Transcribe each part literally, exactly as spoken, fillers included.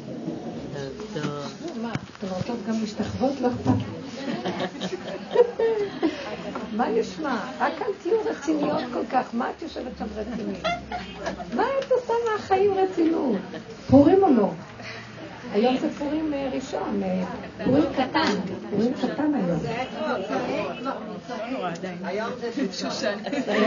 מה, אתם רוצות גם להשתחוות? לא אכפת לי. מה נשמע? רק אל תהיו רציניות כל כך. מה את יושבת שם רצינית? מה את עושה מהחיים רצינות? פורים או לא? היום זה פורים ראשון, פורים קטן, פורים קטן היום. היום זה שושן.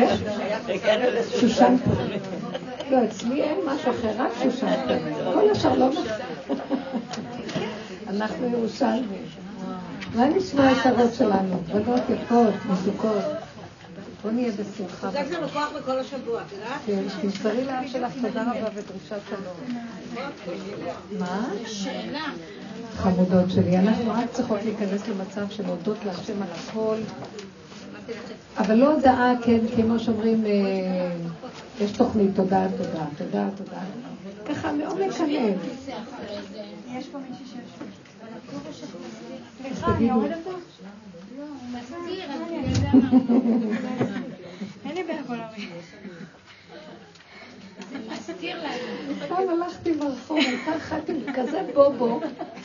שושן פורים. לא, אצלי אין משהו אחר, רק שושן פורים. כל השאר לא נכון. אנחנו ירושלמים. מה נשמע את הראש שלנו? בנות יפות, מתוקות. בוא נהיה בשמחה. זה לנו כוח בכל השבוע, תראה? כן, תמסרי לאב שלך תודה רבה ודרישת שלום. מה? שאלה. חמודות שלי, אנחנו רק צריכות להיכנס למצב של להודות להשם על הכל. אבל לא הודעה, כן, כמו שאומרים, יש תוכנית, תודה, תודה, תודה, תודה. ככה מעומק הלב. יש פה מישהו שיושב. סליחה, אני יורדת פה? לא, הוא מסתיר, אז אני יודע מה. אין לי בעיה כל הרי. זה מסתיר לנו. פעם הלכתי ברחוב, הייתה אחת עם כזה בובו,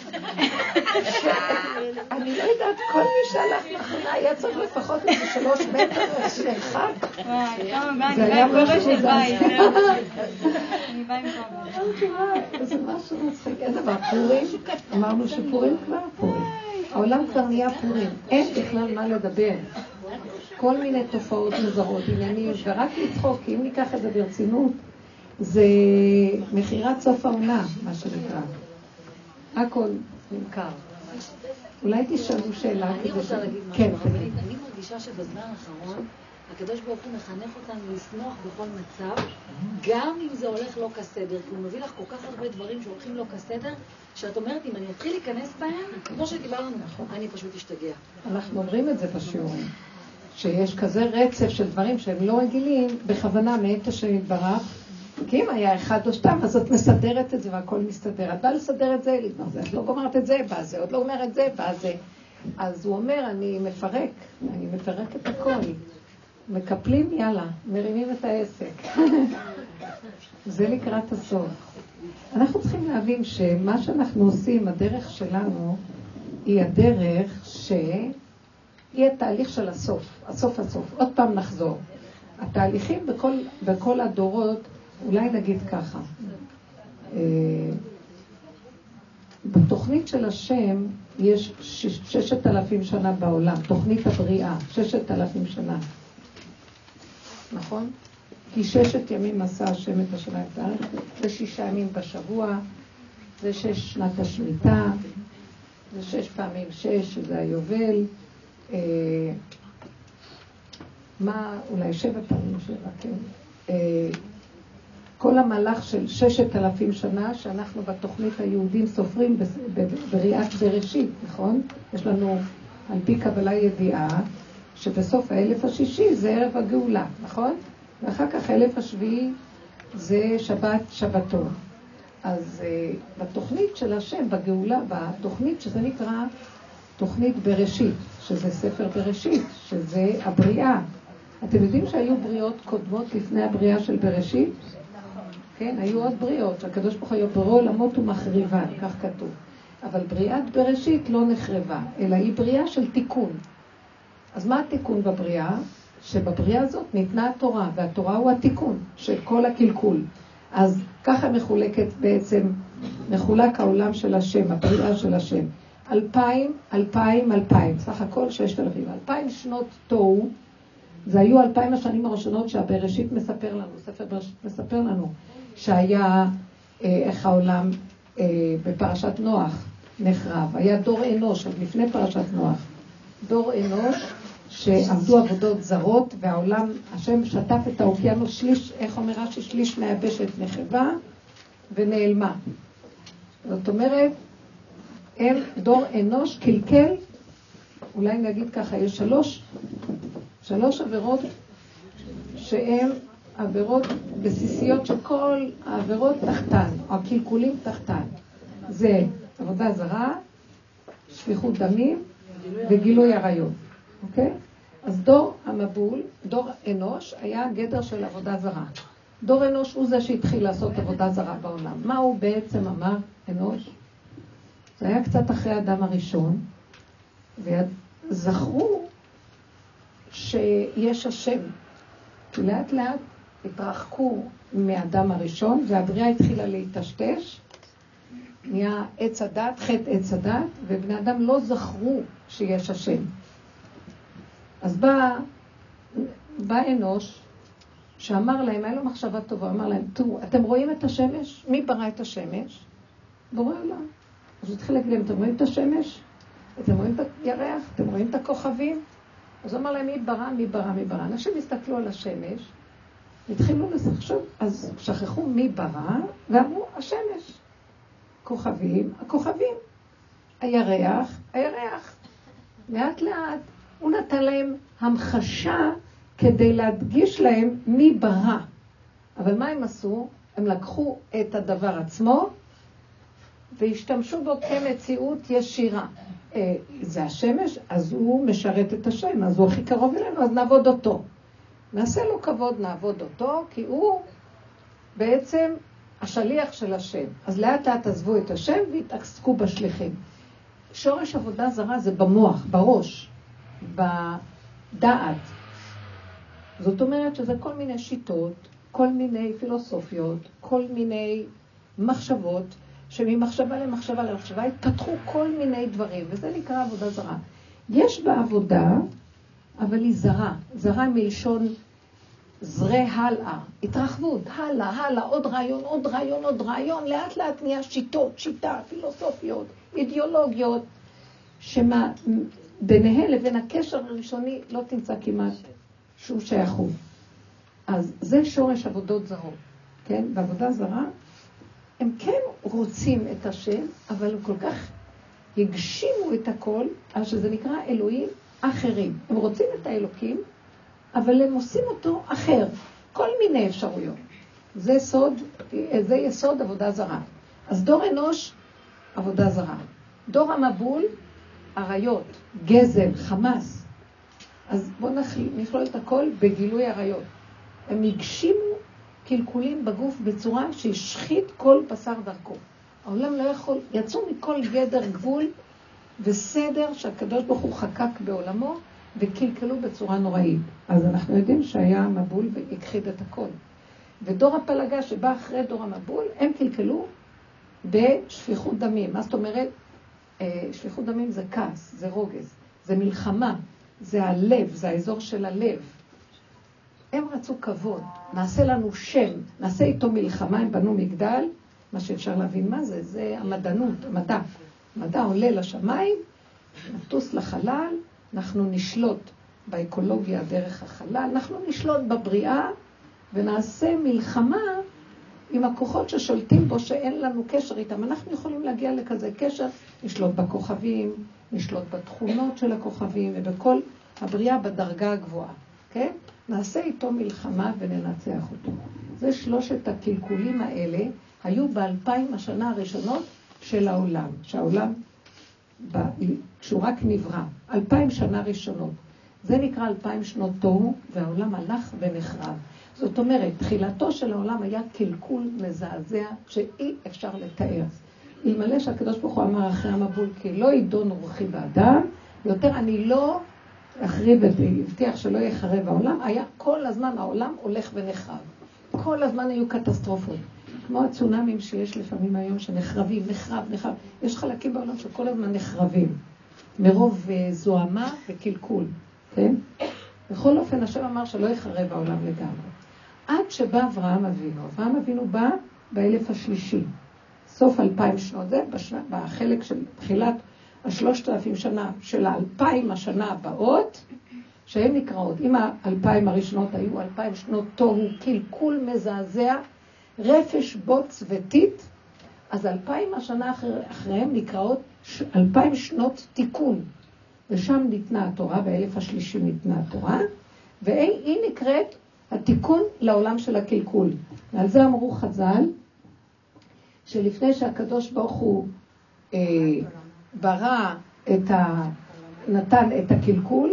אני לא יודעת, כל מי שהלך מאחורי היה צריך לפחות איזה שלוש מטר מרחק. זה היה משהו מוזר. אני באה עם כובע. זה משהו מצחיק. אין דבר, פורים, אמרנו שפורים כבר פורים. העולם כבר נהיה פורים, אין בכלל מה לדבר. כל מיני תופעות מוזרות, עניינים, ורק לצחוק, כי אם ניקח את זה ברצינות, זה מחירת סוף העונה, מה שנקרא. הכל נמכר. אולי תשאלו שאלה כדי ש... אני רוצה להגיד משהו. כן, אני מרגישה שבזמן האחרון, הקדוש ברוך הוא מחנך אותנו לשמוח בכל מצב, גם אם זה הולך לא כסדר, כי הוא מביא לך כל כך הרבה דברים שהולכים לא כסדר, שאת אומרת, אם אני אתחיל להיכנס בהם, כמו שדיברנו, אני פשוט אשתגע. אנחנו אומרים את זה בשיעורים, שיש כזה רצף של דברים שהם לא רגילים, בכוונה מאת השם יתברך, כי אם היה אחד או שתיים, אז את מסדרת את זה והכל מסתדר. את באה לסדר את זה, לגמר זה, את לא גומרת את זה, בא זה, עוד לא אומר את זה, בא זה. אז הוא אומר, אני מפרק, אני מפרק את הכל. מקפלים, יאללה, מרימים את העסק. זה לקראת הסוף. אנחנו צריכים להבין שמה שאנחנו עושים, הדרך שלנו, היא הדרך שיהיה תהליך של הסוף, הסוף הסוף. עוד פעם נחזור. התהליכים בכל, בכל הדורות, אולי נגיד ככה, בתוכנית של השם יש ששת אלפים שנה בעולם, תוכנית הבריאה, ששת אלפים שנה. נכון? כי ששת ימים עשה השם את השנה את הארץ, זה שישה ימים בשבוע, זה שש שנת השמיטה, זה שש פעמים שש, שזה היובל, אה, מה, אולי שבע פעמים שבע, כן? אה, כל המהלך של ששת אלפים שנה, שאנחנו בתוכנית היהודים סופרים בריאת בראשית, נכון? יש לנו על פי קבלה ידיעה, שבסוף האלף השישי זה ערב הגאולה, נכון? ואחר כך האלף השביעי זה שבת שבתון. אז uh, בתוכנית של השם, בגאולה, בתוכנית שזה נקרא תוכנית בראשית, שזה ספר בראשית, שזה הבריאה. אתם יודעים שהיו בריאות קודמות לפני הבריאה של בראשית? כן, היו עוד בריאות. הקדוש ברוך הוא ברא עולמות ומחריבן, כך כתוב. אבל בריאת בראשית לא נחרבה, אלא היא בריאה של תיקון. אז מה התיקון בבריאה? שבבריאה הזאת ניתנה התורה, והתורה הוא התיקון של כל הקלקול. אז ככה מחולקת בעצם, מחולק העולם של השם, הבריאה של השם. אלפיים, אלפיים, אלפיים, סך הכל ששת אלפים. אלפיים שנות תוהו, זה היו אלפיים השנים הראשונות שהבראשית מספר לנו, ספר בראשית מספר לנו, שהיה אה, איך העולם אה, בפרשת נוח נחרב. היה דור אנוש, עוד לפני פרשת נוח. דור אנוש שעבדו עבודות זרות, והעולם, השם שטף את האוקיינוס שליש, איך אומר רש"י, שליש מהיבשת נחרבה ונעלמה. זאת אומרת, הם דור אנוש קלקל, אולי נגיד ככה, יש שלוש, שלוש עבירות שהן עבירות בסיסיות שכל העבירות תחתן, או הקלקולים תחתן. זה עבודה זרה, שפיכות דמים וגילוי עריות. אוקיי? אז דור המבול, דור אנוש, היה גדר של עבודה זרה. דור אנוש הוא זה שהתחיל לעשות עבודה זרה בעולם. מה הוא בעצם אמר? אנוש, זה היה קצת אחרי האדם הראשון, וזכרו שיש השם. לאט לאט התרחקו מהאדם הראשון, והבריאה התחילה להתשתש, נהיה עץ הדת, חטא עץ הדת, ובני אדם לא זכרו שיש השם. אז בא, בא אנוש, שאמר להם, היה לו מחשבה טובה, אמר להם, תראו, אתם רואים את השמש? מי ברא את השמש? בורא עולם. אז הוא התחיל להגיד להם, אתם רואים את השמש? אתם רואים את הירח? אתם רואים את הכוכבים? אז הוא אמר להם, מי ברא, מי ברא, מי ברא. אנשים הסתכלו על השמש, התחילו לחשוב, אז שכחו מי ברא, ואמרו, השמש. כוכבים, הכוכבים. הירח, הירח. לאט לאט הוא נתן להם המחשה כדי להדגיש להם מי ברא. אבל מה הם עשו? הם לקחו את הדבר עצמו והשתמשו בו כמציאות ישירה. זה השמש, אז הוא משרת את השם, אז הוא הכי קרוב אלינו, אז נעבוד אותו. נעשה לו כבוד, נעבוד אותו, כי הוא בעצם השליח של השם. אז לאט לאט עזבו את השם והתעסקו בשליחים. שורש עבודה זרה זה במוח, בראש, בדעת. זאת אומרת שזה כל מיני שיטות, כל מיני פילוסופיות, כל מיני מחשבות, שממחשבה למחשבה למחשבה התפתחו כל מיני דברים, וזה נקרא עבודה זרה. יש בה עבודה, אבל היא זרה. זרה מלשון זרה הלאה, התרחבות, הלאה, הלאה, עוד רעיון, עוד רעיון, עוד רעיון, לאט לאט נהיה שיטות, שיטה, פילוסופיות, אידיאולוגיות, שמה ביניהן לבין הקשר הראשוני לא תמצא כמעט שום שייכות. אז זה שורש עבודות זרות, כן? בעבודה זרה, הם כן רוצים את השם, אבל הם כל כך הגשימו את הכל, אז שזה נקרא אלוהים אחרים. הם רוצים את האלוקים, אבל הם עושים אותו אחר. כל מיני אפשרויות. זה סוד, זה יסוד עבודה זרה. אז דור אנוש, עבודה זרה. דור המבול, עריות, גזל, חמאס. אז בואו נכלול את הכל בגילוי עריות. הם הגשימו קלקולים בגוף בצורה שהשחית כל בשר דרכו. העולם לא יכול, יצאו מכל גדר גבול וסדר שהקדוש ברוך הוא חקק בעולמו, וקלקלו בצורה נוראית. אז אנחנו יודעים שהיה מבול והכחיד את הכל. ודור הפלגה שבא אחרי דור המבול, הם קלקלו בשפיכות דמים. מה זאת אומרת? שפיכות דמים זה כעס, זה רוגז, זה מלחמה, זה הלב, זה האזור של הלב. הם רצו כבוד, נעשה לנו שם, נעשה איתו מלחמה, הם בנו מגדל, מה שאפשר להבין מה זה, זה המדענות, המדע. המדע עולה לשמיים, נטוס לחלל, אנחנו נשלוט באקולוגיה דרך החלל, אנחנו נשלוט בבריאה ונעשה מלחמה עם הכוחות ששולטים בו שאין לנו קשר איתם. אנחנו יכולים להגיע לכזה קשר, נשלוט בכוכבים, נשלוט בתכונות של הכוכבים ובכל הבריאה בדרגה הגבוהה. כן? נעשה איתו מלחמה וננצח אותו. זה שלושת הקלקולים האלה היו באלפיים השנה הראשונות של העולם. שהעולם, כשהוא רק נברא, אלפיים שנה ראשונות. זה נקרא אלפיים שנות תוהו, והעולם הלך ונחרב. זאת אומרת, תחילתו של העולם היה קלקול מזעזע שאי אפשר לתאר. אלמלא שהקדוש ברוך הוא אמר אחרי המבול, כי לא ידון רוחי באדם, יותר אני לא אחריב והבטיח שלא יחרב העולם, היה כל הזמן העולם הולך ונחרב. כל הזמן היו קטסטרופות. כמו הצונאמים שיש לפעמים היום שנחרבים, נחרב, נחרב. יש חלקים בעולם שכל הזמן נחרבים. מרוב זוהמה וקלקול. כן? בכל אופן, השם אמר שלא יחרב העולם לגמרי. עד שבא אברהם אבינו. אברהם אבינו בא באלף השלישי. סוף אלפיים שנות זה, בשנה, בחלק של תחילת השלושת אלפים שנה של האלפיים השנה הבאות, שהן נקראות, אם האלפיים הראשונות היו אלפיים שנות תוהו, קלקול מזעזע, רפש, בוץ וטיט, אז אלפיים השנה אחר, אחריהם נקראות אלפיים שנות תיקון. ושם ניתנה התורה, באלף השלישי ניתנה התורה, והיא נקראת התיקון לעולם של הקלקול. ועל זה אמרו חז"ל, שלפני שהקדוש ברוך הוא אה, ברא את ה... נתן את הקלקול,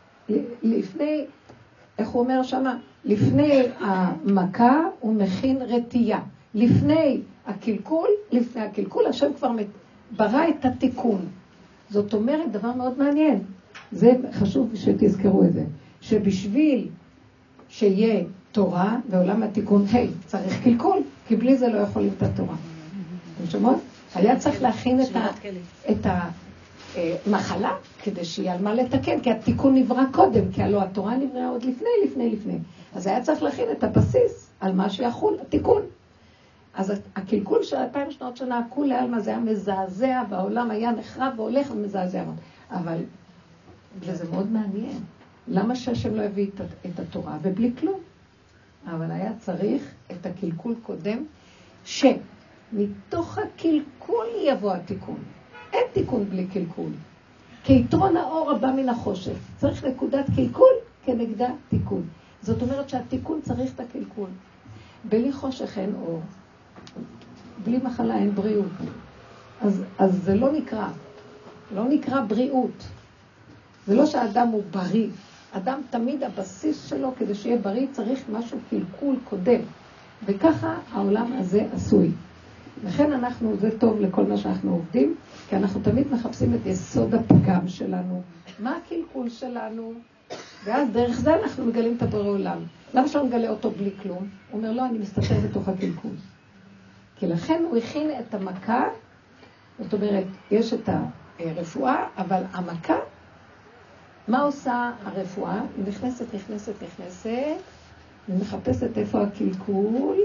לפני, איך הוא אומר שמה? לפני המכה הוא מכין רתייה. לפני הקלקול, לפני הקלקול, השם כבר ברא את התיקון. זאת אומרת, דבר מאוד מעניין. זה חשוב שתזכרו את זה. שבשביל שיהיה תורה ועולם התיקון, היי, צריך קלקול, כי בלי זה לא יכולים את התורה. אתם שומעות? היה צריך להכין את, ה, את המחלה כדי שיהיה על מה לתקן, כי התיקון נברא קודם, כי הלוא התורה נבראה עוד לפני, לפני, לפני. אז היה צריך להכין את הבסיס על מה שיחול, התיקון. אז הקלקול של אלפיים שנות שנה, הכול לעלמא זה היה מזעזע, והעולם היה נחרב והולך ומזעזע. אבל, וזה מאוד מעניין, למה שהשם לא הביא את, את התורה ובלי כלום? אבל היה צריך את הקלקול קודם, שמתוך הקלקול יבוא התיקון. אין תיקון בלי קלקול. כיתרון האור הבא מן החושך. צריך נקודת קלקול כנגדה תיקון. זאת אומרת שהתיקון צריך את הקלקול. בלי חושך אין אור. בלי מחלה אין בריאות. אז, אז זה לא נקרא. לא נקרא בריאות. זה לא שהאדם הוא בריא. אדם תמיד הבסיס שלו כדי שיהיה בריא צריך משהו קלקול קודם. וככה העולם הזה עשוי. לכן אנחנו, זה טוב לכל מה שאנחנו עובדים, כי אנחנו תמיד מחפשים את יסוד הפגם שלנו. מה הקלקול שלנו? ואז דרך זה אנחנו מגלים את הבורא עולם. למה שלא נגלה אותו בלי כלום? הוא אומר, לא, אני מסתתר בתוך הקלקול. כי לכן הוא הכין את המכה, זאת אומרת, יש את הרפואה, אבל המכה, מה עושה הרפואה? היא נכנסת, נכנסת, נכנסת, ומחפשת איפה הקלקול,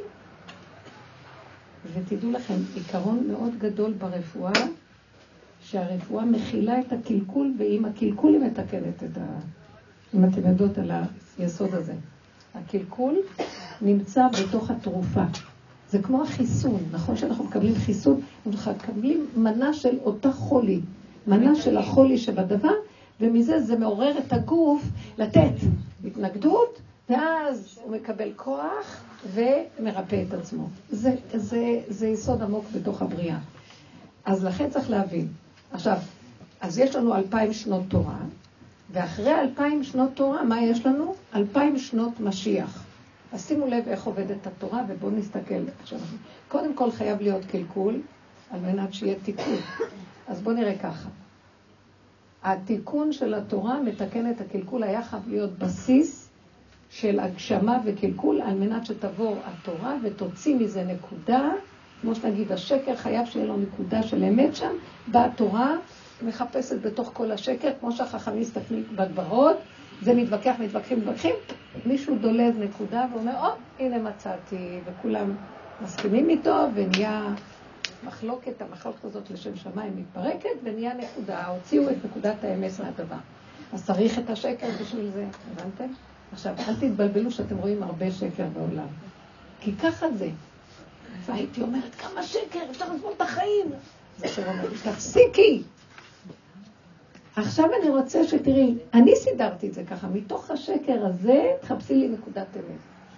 ותדעו לכם, עיקרון מאוד גדול ברפואה, שהרפואה מכילה את הקלקול, ועם הקלקול היא מתקנת את ה... אם אתם יודעות על היסוד הזה. הקלקול נמצא בתוך התרופה. זה כמו החיסון, נכון שאנחנו מקבלים חיסון, אנחנו מקבלים מנה של אותה חולי, מנה של החולי שבדבר, ומזה זה מעורר את הגוף לתת התנגדות, ואז הוא מקבל כוח ומרפא את עצמו. זה, זה, זה יסוד עמוק בתוך הבריאה. אז לכן צריך להבין. עכשיו, אז יש לנו אלפיים שנות תורה, ואחרי אלפיים שנות תורה, מה יש לנו? אלפיים שנות משיח. אז שימו לב איך עובדת התורה, ובואו נסתכל. עכשיו, קודם כל חייב להיות קלקול, על מנת שיהיה תיקון. אז בואו נראה ככה. התיקון של התורה מתקן את הקלקול, היה חייב להיות בסיס של הגשמה וקלקול, על מנת שתבוא התורה ותוציא מזה נקודה, כמו שנגיד, השקר חייב שיהיה לו נקודה של אמת שם, באה התורה מחפשת בתוך כל השקר, כמו שהחכמים מסתכלים בגברות, זה מתווכח, מתווכחים, מתווכחים, מישהו דולב נקודה ואומר, או, הנה מצאתי, וכולם מסכימים איתו, ונהיה מחלוקת, המחלוקת הזאת לשם שמיים מתפרקת, ונהיה נקודה, הוציאו את נקודת האמת מהדבר. אז צריך את השקר בשביל זה, הבנתם? עכשיו, אל תתבלבלו שאתם רואים הרבה שקר בעולם. כי ככה זה. והייתי אומרת, כמה שקר, אפשר לסבול את החיים. זה שאומר, תפסיקי. עכשיו אני רוצה שתראי, אני סידרתי את זה ככה, מתוך השקר הזה, תחפשי לי נקודת אמת.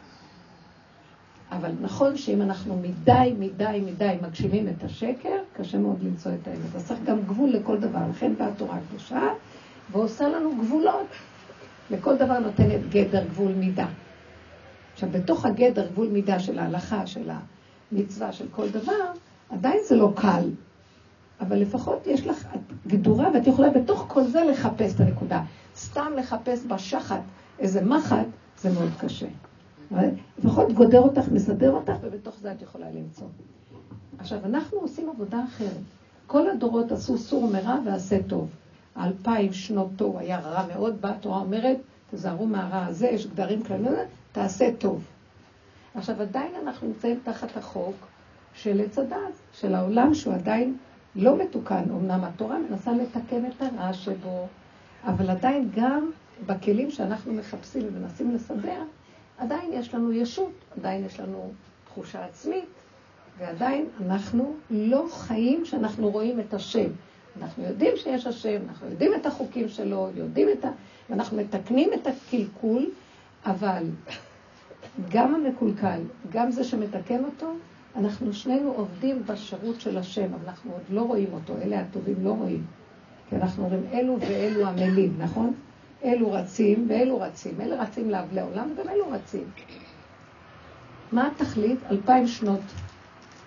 אבל נכון שאם אנחנו מדי, מדי, מדי מגשימים את השקר, קשה מאוד למצוא את האמת. אז צריך גם גבול לכל דבר. לכן באה התורה הקדושה, ועושה לנו גבולות. לכל דבר נותנת גדר גבול מידה. עכשיו, בתוך הגדר גבול מידה של ההלכה, של המצווה, של כל דבר, עדיין זה לא קל. אבל לפחות יש לך גדורה, ואת יכולה בתוך כל זה לחפש את הנקודה. סתם לחפש בשחת איזה מחט, זה מאוד קשה. לפחות גודר אותך, מסדר אותך, ובתוך זה את יכולה למצוא. עכשיו, אנחנו עושים עבודה אחרת. כל הדורות עשו סור מרע ועשה טוב. אלפיים שנות תוהו היה רע מאוד, באה התורה אומרת, תזהרו מהרע הזה, יש גדרים כללים, תעשה טוב. עכשיו, עדיין אנחנו נמצאים תחת החוק של עץ הדת, של העולם שהוא עדיין לא מתוקן. אמנם התורה מנסה לתקן את הרע שבו, אבל עדיין גם בכלים שאנחנו מחפשים ומנסים לסדר, עדיין יש לנו ישות, עדיין יש לנו תחושה עצמית, ועדיין אנחנו לא חיים שאנחנו רואים את השם. אנחנו יודעים שיש השם, אנחנו יודעים את החוקים שלו, יודעים את ה... ואנחנו מתקנים את הקלקול, אבל גם המקולקל, גם זה שמתקן אותו, אנחנו שנינו עובדים בשירות של השם, אבל אנחנו עוד לא רואים אותו, אלה הטובים לא רואים. כי אנחנו אומרים אלו ואלו עמלים, נכון? אלו רצים ואלו רצים, אלה רצים לעבלי העולם וגם אלו רצים. מה התכלית? אלפיים שנות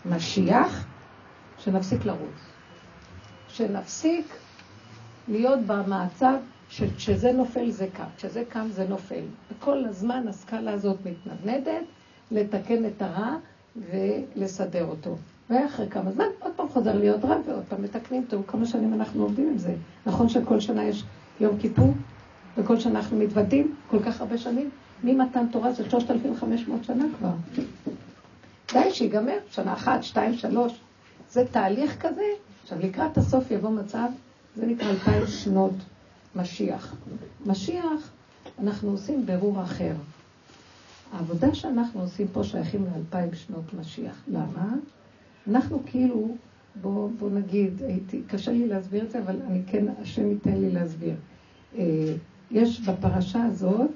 משיח, שנפסיק לרוץ. שנפסיק להיות במעצב שכשזה נופל זה קם, כשזה קם זה נופל. וכל הזמן הסקאלה הזאת מתנדנדת, לתקן את הרע ולסדר אותו. ואחרי כמה זמן עוד פעם חוזר להיות רע ועוד פעם מתקנים אותו. כמה שנים אנחנו עובדים עם זה. נכון שכל שנה יש יום כיפור, וכל שנה אנחנו מתוודים, כל כך הרבה שנים. ממתן תורה זה שלושת אלפים וחמש מאות שנה כבר. די שיגמר, שנה אחת, שתיים, שלוש. זה תהליך כזה. עכשיו לקראת הסוף יבוא מצב, זה נקרא אלפיים שנות משיח. משיח, אנחנו עושים ברור אחר. העבודה שאנחנו עושים פה שייכים לאלפיים שנות משיח. למה? אנחנו כאילו, בוא, בוא נגיד, הייתי, קשה לי להסביר את זה, אבל אני כן, השם ייתן לי להסביר. יש בפרשה הזאת,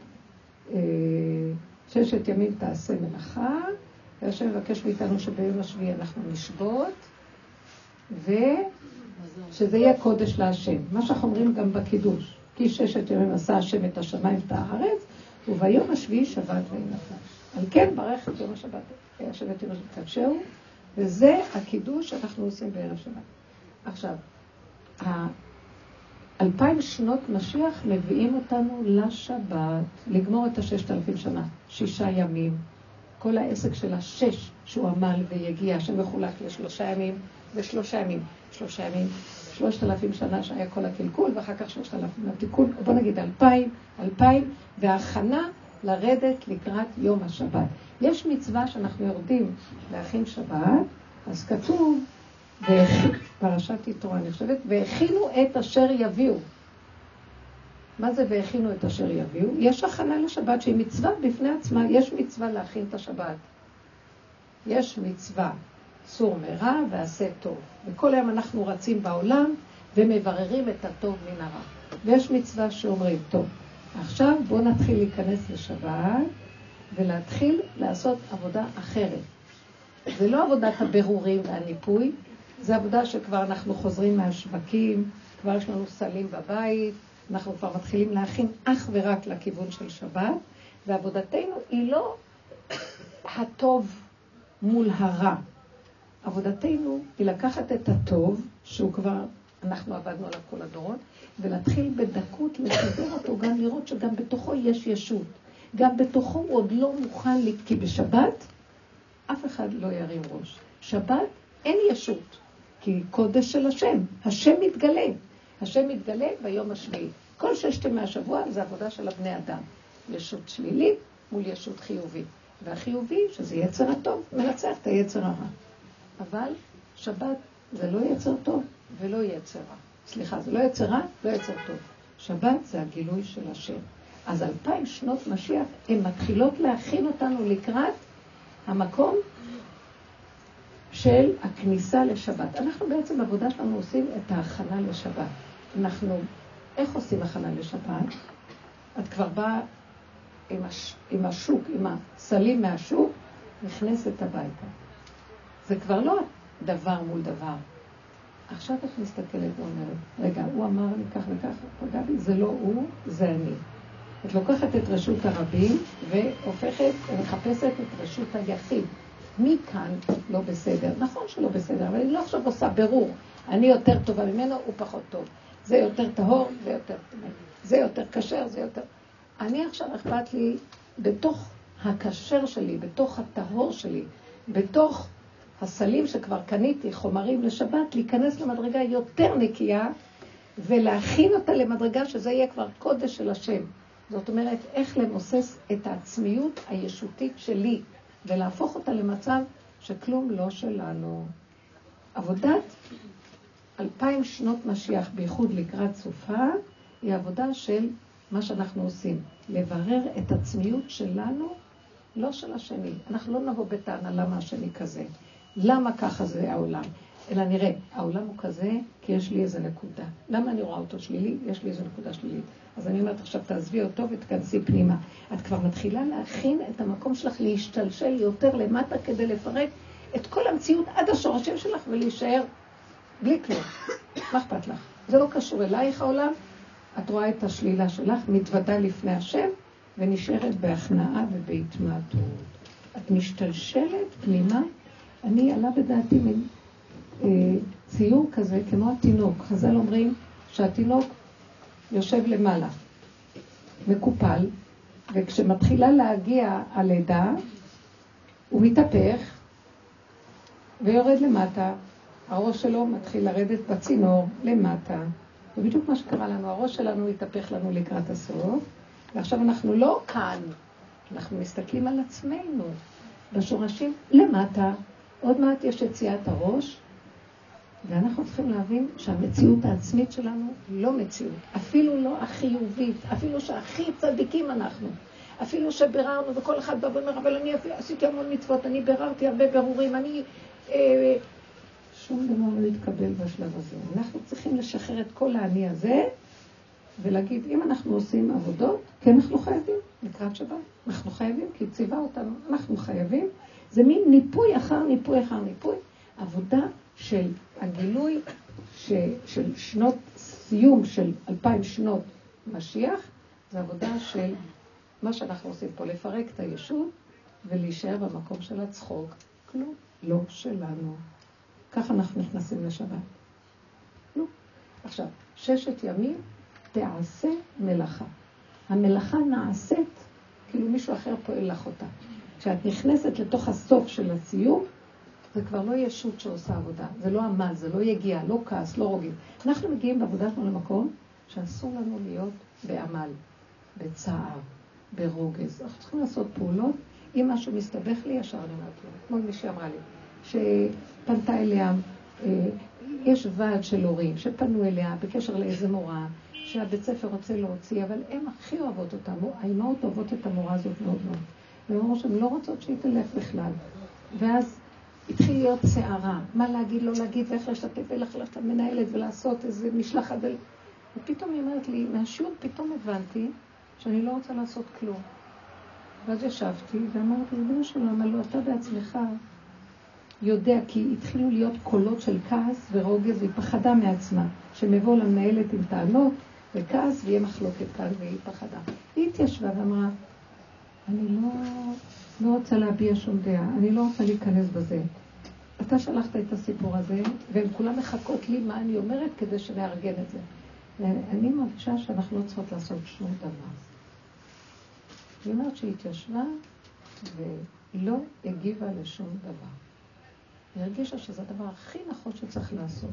ששת ימים תעשה מלאכה, והשם מבקש מאיתנו שביום השביעי אנחנו נשבות, ושזה יהיה קודש להשם. מה שאנחנו אומרים גם בקידוש, כי ששת ימים עשה השם את השמיים ואת הארץ, וביום השביעי שבת וינפש. על כן ברך את יום השבת, השם את יום השבת קדשהו, וזה הקידוש שאנחנו עושים בערב שבת. עכשיו, האלפיים שנות משיח מביאים אותנו לשבת, לגמור את הששת אלפים שנה, שישה ימים, כל העסק של השש שהוא עמל ויגיע, שמחולק לשלושה ימים ושלושה ימים, שלושה ימים, שלושת אלפים שנה שהיה כל הקלקול, ואחר כך שלושת אלפים התיקון, בוא נגיד אלפיים, אלפיים, וההכנה לרדת לקראת יום השבת. יש מצווה שאנחנו יורדים להכין שבת, אז כתוב, פרשת יתרו, אני חושבת, והכינו את אשר יביאו. מה זה והכינו את אשר יביאו? יש הכנה לשבת שהיא מצווה בפני עצמה, יש מצווה להכין את השבת. יש מצווה, סור מרע ועשה טוב. וכל היום אנחנו רצים בעולם ומבררים את הטוב מן הרע. ויש מצווה שאומרים, טוב, עכשיו בואו נתחיל להיכנס לשבת ולהתחיל לעשות עבודה אחרת. זה לא עבודת הבירורים והניפוי, זה עבודה שכבר אנחנו חוזרים מהשווקים, כבר יש לנו סלים בבית, אנחנו כבר מתחילים להכין אך ורק לכיוון של שבת, ועבודתנו היא לא הטוב מול הרע. עבודתנו היא לקחת את הטוב, שהוא כבר, אנחנו עבדנו עליו כל הדורות, ולהתחיל בדקות לסדר אותו, גם לראות שגם בתוכו יש ישות. גם בתוכו הוא עוד לא מוכן, כי בשבת אף אחד לא ירים ראש. שבת אין ישות, כי קודש של השם. השם מתגלה. השם מתגלה ביום השביעי. כל ששת ימי השבוע זה עבודה של הבני אדם. ישות שלילית מול ישות חיובית. והחיובי, שזה יצר הטוב, מנצח את היצר הרע. אבל שבת זה לא יצר טוב ולא יצר רע. סליחה, זה לא יצר רע, לא יצר טוב. שבת זה הגילוי של השם. אז אלפיים שנות משיח, הן מתחילות להכין אותנו לקראת המקום של הכניסה לשבת. אנחנו בעצם בעבודה שלנו עושים את ההכנה לשבת. אנחנו, איך עושים הכנה לשבת? את כבר באה עם, הש, עם השוק, עם הסלים מהשוק, נכנסת הביתה. זה כבר לא דבר מול דבר. עכשיו את מסתכלת ואומרת, רגע, הוא אמר לי כך וכך, פגע בי, זה לא הוא, זה אני. את לוקחת את רשות הרבים והופכת ומחפשת את רשות היחיד. מי כאן לא בסדר? נכון שלא בסדר, אבל אני לא עכשיו עושה ברור. אני יותר טובה ממנו, הוא פחות טוב. זה יותר טהור, זה יותר טמא. זה יותר כשר, זה יותר... אני עכשיו אכפת לי בתוך הכשר שלי, בתוך הטהור שלי, בתוך הסלים שכבר קניתי, חומרים לשבת, להיכנס למדרגה יותר נקייה ולהכין אותה למדרגה שזה יהיה כבר קודש של השם. זאת אומרת, איך למוסס את העצמיות הישותית שלי ולהפוך אותה למצב שכלום לא שלנו. עבודת אלפיים שנות משיח, בייחוד לקראת סופה, היא עבודה של מה שאנחנו עושים. לברר את עצמיות שלנו, לא של השני. אנחנו לא נבוא בטענה למה השני כזה. למה ככה זה העולם? אלא נראה, העולם הוא כזה כי יש לי איזה נקודה. למה אני רואה אותו שלילי? יש לי איזה נקודה שלילית. אז אני אומרת, עכשיו תעזבי אותו ותכנסי פנימה. את כבר מתחילה להכין את המקום שלך להשתלשל יותר למטה כדי לפרק את כל המציאות עד השורשים שלך ולהישאר בלי כלום. מה אכפת לך? זה לא קשור אלייך העולם. את רואה את השלילה שלך, מתוודה לפני השם ונשארת בהכנעה ובהתמעטות. את משתלשלת פנימה אני עלה בדעתי מין אה, ציור כזה, כמו התינוק. חז"ל אומרים שהתינוק יושב למעלה, מקופל, וכשמתחילה להגיע הלידה, הוא מתהפך ויורד למטה. הראש שלו מתחיל לרדת בצינור למטה. זה בדיוק מה שקרה לנו. הראש שלנו התהפך לנו לקראת הסוף, ועכשיו אנחנו לא כאן. אנחנו מסתכלים על עצמנו, בשורשים למטה. עוד מעט יש יציאת הראש, ואנחנו צריכים להבין שהמציאות העצמית שלנו לא מציאות. אפילו לא החיובית, אפילו שהכי צדיקים אנחנו. אפילו שבררנו, וכל אחד בא ואומר, אבל אני עשיתי המון מצוות, אני בררתי הרבה ברורים, אני... אה, שום דבר לא יתקבל בשלב הזה. אנחנו צריכים לשחרר את כל העני הזה, ולהגיד, אם אנחנו עושים עבודות, כי אנחנו חייבים, לקראת שבת, אנחנו חייבים, כי ציווה אותנו, אנחנו חייבים. זה מין ניפוי אחר ניפוי אחר ניפוי, עבודה של הגילוי ש, של שנות סיום של אלפיים שנות משיח, זה עבודה של מה שאנחנו עושים פה, לפרק את הישות ולהישאר במקום של הצחוק. כלום לא שלנו. ככה אנחנו נכנסים לשבת. לא. עכשיו, ששת ימים תעשה מלאכה. המלאכה נעשית כאילו מישהו אחר פועל לך אותה. כשאת נכנסת לתוך הסוף של הסיום, זה כבר לא ישות שעושה עבודה. זה לא עמל, זה לא יגיע, לא כעס, לא רוגים. אנחנו מגיעים בעבודתנו למקום שאסור לנו להיות בעמל, בצער, ברוגז. אנחנו צריכים לעשות פעולות. אם משהו מסתבך לי, ישר אני אומרת לו. כמו מישהי אמרה לי, שפנתה אליה, יש ועד של הורים שפנו אליה בקשר לאיזה מורה, שהבית ספר רוצה להוציא, אבל הם הכי אוהבות אותה. האימהות אוהבות את המורה הזאת מאוד מאוד. והם אמרו שהן לא רוצות שהיא תלך בכלל. ואז התחיל להיות שערה, מה להגיד, לא להגיד, ואיך לשתף, ואיך לשתף מנהלת ולעשות איזה משלחת. ופתאום היא אומרת לי, מהשיעור פתאום הבנתי שאני לא רוצה לעשות כלום. ואז ישבתי ואמרתי, ריבונו של עולם, הלוא אתה בעצמך יודע, כי התחילו להיות קולות של כעס ורוגז, והיא פחדה מעצמה, שהם יבואו למנהלת עם טענות וכעס, ויהיה מחלוקת כאן, והיא פחדה. היא התיישבה ואמרה, אני לא, לא רוצה להביע שום דעה, אני לא רוצה להיכנס בזה. אתה שלחת את הסיפור הזה, והן כולם מחכות לי מה אני אומרת כדי שנארגן את זה. ואני מרגישה שאנחנו לא צריכות לעשות שום דבר. היא אומרת שהיא התיישבה ולא הגיבה לשום דבר. היא הרגישה שזה הדבר הכי נכון שצריך לעשות.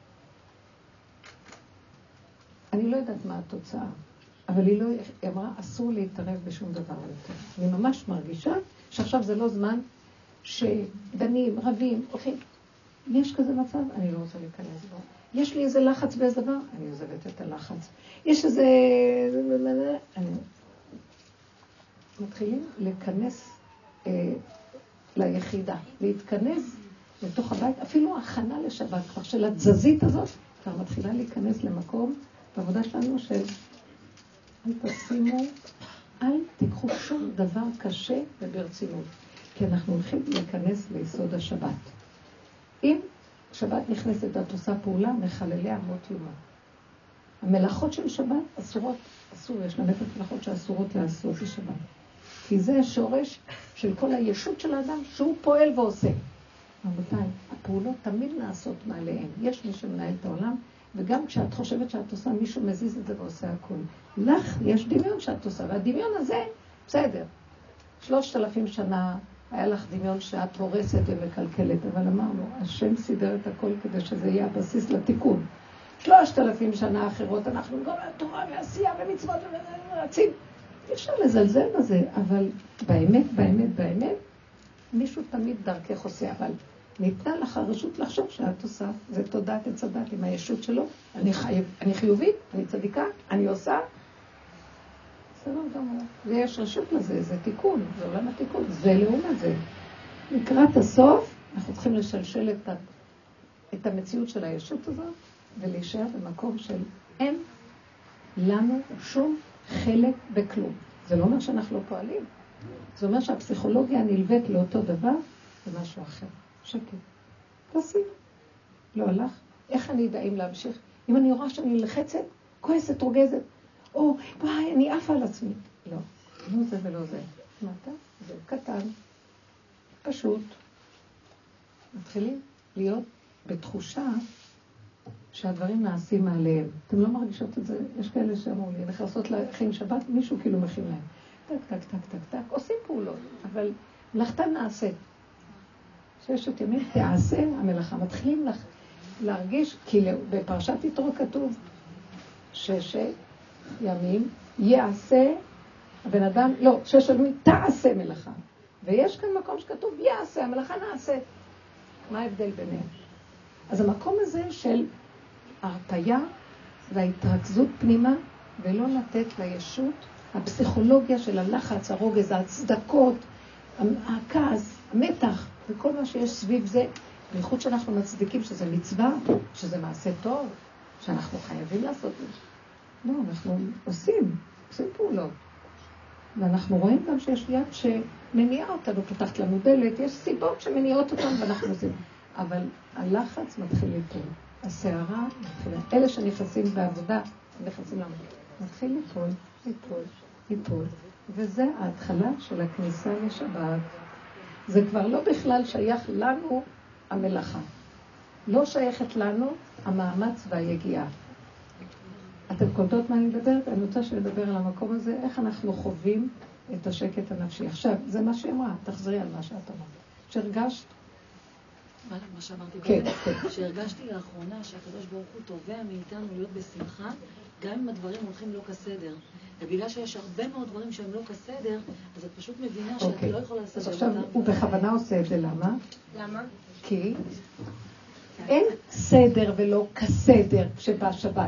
אני לא יודעת מה התוצאה, אבל היא לא היא אמרה, אסור להתערב בשום דבר יותר. אני ממש מרגישה שעכשיו זה לא זמן שדנים, רבים, הולכים. יש כזה מצב, אני לא רוצה להיכנס בו. יש לי איזה לחץ באיזה דבר, אני עוזבת את הלחץ. יש איזה... אני... מתחילים להיכנס אה, ליחידה, להתכנס לתוך הבית, אפילו הכנה לשבת, כבר של התזזית הזאת, כבר מתחילה להיכנס למקום, בעבודה שלנו של אל תשימו, אל תיקחו שום דבר קשה וברצינות, כי אנחנו הולכים להיכנס ליסוד השבת. אם שבת נכנסת, את עושה פעולה, מחללי אמות יומה. המלאכות של שבת אסורות, אסור, יש להם את המלאכות שאסורות לעשות בשבת. כי זה השורש של כל הישות של האדם שהוא פועל ועושה. רבותיי, הפעולות תמיד נעשות מעליהם. יש מי שמנהל את העולם, וגם כשאת חושבת שאת עושה, מישהו מזיז את זה ועושה הכל. לך יש דמיון שאת עושה, והדמיון הזה, בסדר. שלושת אלפים שנה היה לך דמיון שאת הורסת ומקלקלת, אבל אמרנו, השם סידר את הכל כדי שזה יהיה הבסיס לתיקון. שלושת אלפים שנה אחרות אנחנו גם תורה ועשייה ומצוות ורצים. אי אפשר לזלזל בזה, אבל באמת, באמת, באמת, מישהו תמיד דרכך עושה, אבל ניתנה לך רשות לחשוב שאת עושה, זה תודעת את צדת עם הישות שלו, אני, חייב, אני חיובית, אני צדיקה, אני עושה, בסדר גמור. ויש רשות לזה, זה תיקון, זה עולם התיקון, זה לעומת זה. לקראת הסוף, אנחנו צריכים לשלשל את, ה, את המציאות של הישות הזאת, ולהישאר במקום של אין לנו שום חלק בכלום. זה לא אומר שאנחנו לא פועלים. זה אומר שהפסיכולוגיה נלווית לאותו דבר, זה משהו אחר. שקט. תעשי. לא הלך. איך אני יודע אם להמשיך? אם אני רואה שאני לחצת, כועסת, רוגזת, או, וואי, אני עפה על עצמי. לא. לא זה ולא זה. מטה? זה קטן. פשוט. מתחילים להיות בתחושה שהדברים נעשים מעליהם. אתם לא מרגישות את זה? יש כאלה שאמרו לי, נכנסות להכין שבת, מישהו כאילו מכין להם. טק, טק, טק, טק, טק, עושים פעולות, אבל מלאכתה נעשית. ששת ימים תעשה המלאכה. מתחילים לך להרגיש, כי בפרשת יתרו כתוב, ששת ימים יעשה הבן אדם, לא, ששת ימים תעשה מלאכה. ויש כאן מקום שכתוב יעשה, המלאכה נעשה. מה ההבדל ביניהם? אז המקום הזה של הרפיה וההתרכזות פנימה, ולא לתת לישות, הפסיכולוגיה של הלחץ, הרוגז, ההצדקות, הכעס, המתח, וכל מה שיש סביב זה, בייחוד שאנחנו מצדיקים שזה מצווה, שזה מעשה טוב, שאנחנו חייבים לעשות את זה. לא, אנחנו עושים, עושים פעולות. ואנחנו רואים גם שיש יד שמניעה אותנו, פותחת לנו דלת, יש סיבות שמניעות אותנו ואנחנו עושים. אבל הלחץ מתחיל ליפול, הסערה מתחילה. אלה שנכנסים בעבודה, נכנסים לעבודה. מתחיל ליפול, ליפול, ליפול. וזה ההתחלה של הכניסה לשבת. זה כבר לא בכלל שייך לנו המלאכה. לא שייכת לנו המאמץ והיגיעה. אתם קולטות מה אני מדברת? אני רוצה שנדבר על המקום הזה, איך אנחנו חווים את השקט הנפשי. עכשיו, זה מה שהיא אמרה, תחזרי על מה שאת אמרת. שהרגשת? מה שאמרתי כן, באמת, כן. שהרגשתי לאחרונה שהקדוש ברוך הוא תובע מאיתנו להיות בשמחה, גם אם הדברים הולכים לא כסדר. ובגלל שיש הרבה מאוד דברים שהם לא כסדר, אז את פשוט מבינה שאת אוקיי. לא יכולה לסדר אז אותם. עכשיו הוא בכוונה עושה את זה, למה? למה? כי אין סדר ולא כסדר כשבא שבת.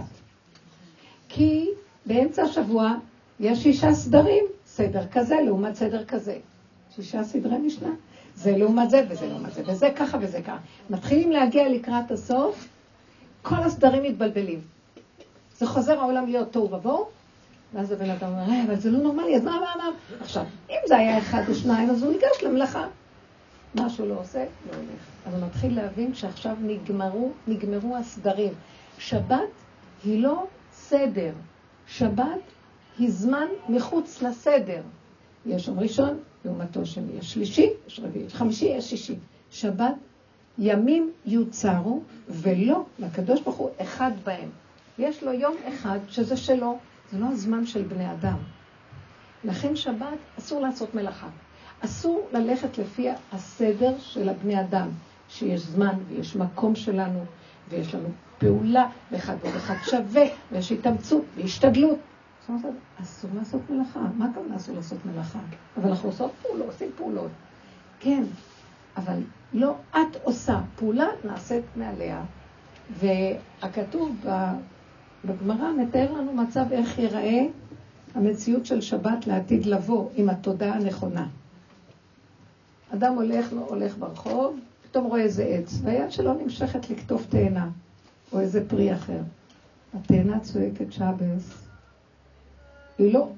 כי באמצע השבוע יש שישה סדרים, סדר כזה לעומת סדר כזה. שישה סדרי משנה. זה לעומת זה וזה לעומת זה, וזה ככה וזה ככה. מתחילים להגיע לקראת הסוף, כל הסדרים מתבלבלים. זה חוזר העולם להיות טוב ובוא, ואז הבן אדם אומר, אה, אבל זה לא נורמלי, אז מה, מה, מה? עכשיו, אם זה היה אחד או שניים, אז הוא ניגש למלאכה. מה שהוא לא עושה, לא הולך. אז הוא מתחיל להבין שעכשיו נגמרו, נגמרו הסדרים. שבת היא לא סדר. שבת היא זמן מחוץ לסדר. יש יום ראשון, לעומתו שני. יש שלישי, יש רביעי, יש חמישי, יש שישי. שבת, ימים יוצרו, ולא, לקדוש ברוך הוא אחד בהם. יש לו יום אחד שזה שלו, זה לא הזמן של בני אדם. לכן שבת אסור לעשות מלאכה. אסור ללכת לפי הסדר של הבני אדם, שיש זמן ויש מקום שלנו, ויש לנו פעולה, ואחד ועוד אחד שווה, ויש התאמצות והשתדלות. אסור לעשות מלאכה. מה כמובן אסור לעשות מלאכה? אבל אנחנו עושות פעולות, עושים פעולות. כן, אבל לא את עושה. פעולה נעשית מעליה. והכתוב בגמרא מתאר לנו מצב איך ייראה המציאות של שבת לעתיד לבוא עם התודעה הנכונה. אדם הולך, הולך ברחוב, פתאום רואה איזה עץ, והיד שלו נמשכת לקטוף תאנה, או איזה פרי אחר. התאנה צועקת שבס. היא לא.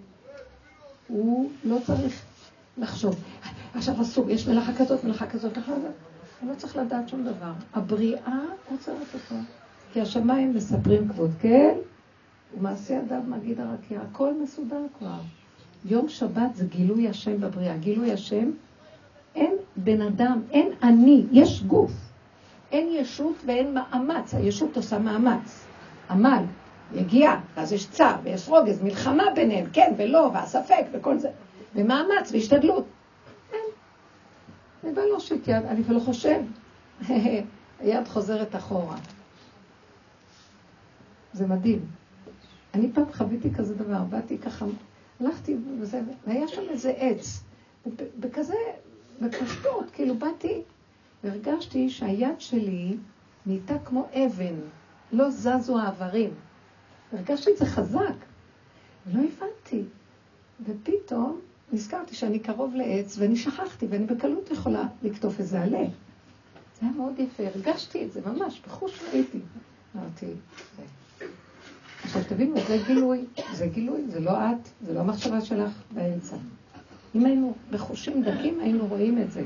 הוא לא צריך לחשוב. עכשיו אסור, יש מלאכה כזאת, מלאכה כזאת, מלאכה כזאת. הוא לא צריך לדעת שום דבר. הבריאה עוצרת אותו. כי השמיים מספרים כבוד, כן? ומעשה ידיו מגיד הרקיע. הכל מסודר כבר. יום שבת זה גילוי השם בבריאה. גילוי השם, אין בן אדם, אין אני, יש גוף. אין ישות ואין מאמץ. הישות עושה מאמץ. עמל, יגיע, ואז יש צער ויש רוגז, מלחמה ביניהם, כן ולא, והספק וכל זה. ומאמץ והשתדלות. אין. אני בא להושיט יד, אני לא חושב. היד חוזרת אחורה. זה מדהים. אני פעם חוויתי כזה דבר, באתי ככה, הלכתי וזה, והיה שם איזה עץ. בכזה, בפשטות, כאילו באתי, והרגשתי שהיד שלי נהייתה כמו אבן, לא זזו העברים. הרגשתי את זה חזק, ולא הבנתי. ופתאום נזכרתי שאני קרוב לעץ, ואני שכחתי, ואני בקלות יכולה לקטוף איזה עלה. זה היה מאוד יפה, הרגשתי את זה ממש, בחוש ראיתי. אמרתי, זה. עכשיו תבינו, זה גילוי, זה גילוי, זה לא את, זה לא המחשבה שלך באמצע. אם היינו בחושים דקים, היינו רואים את זה.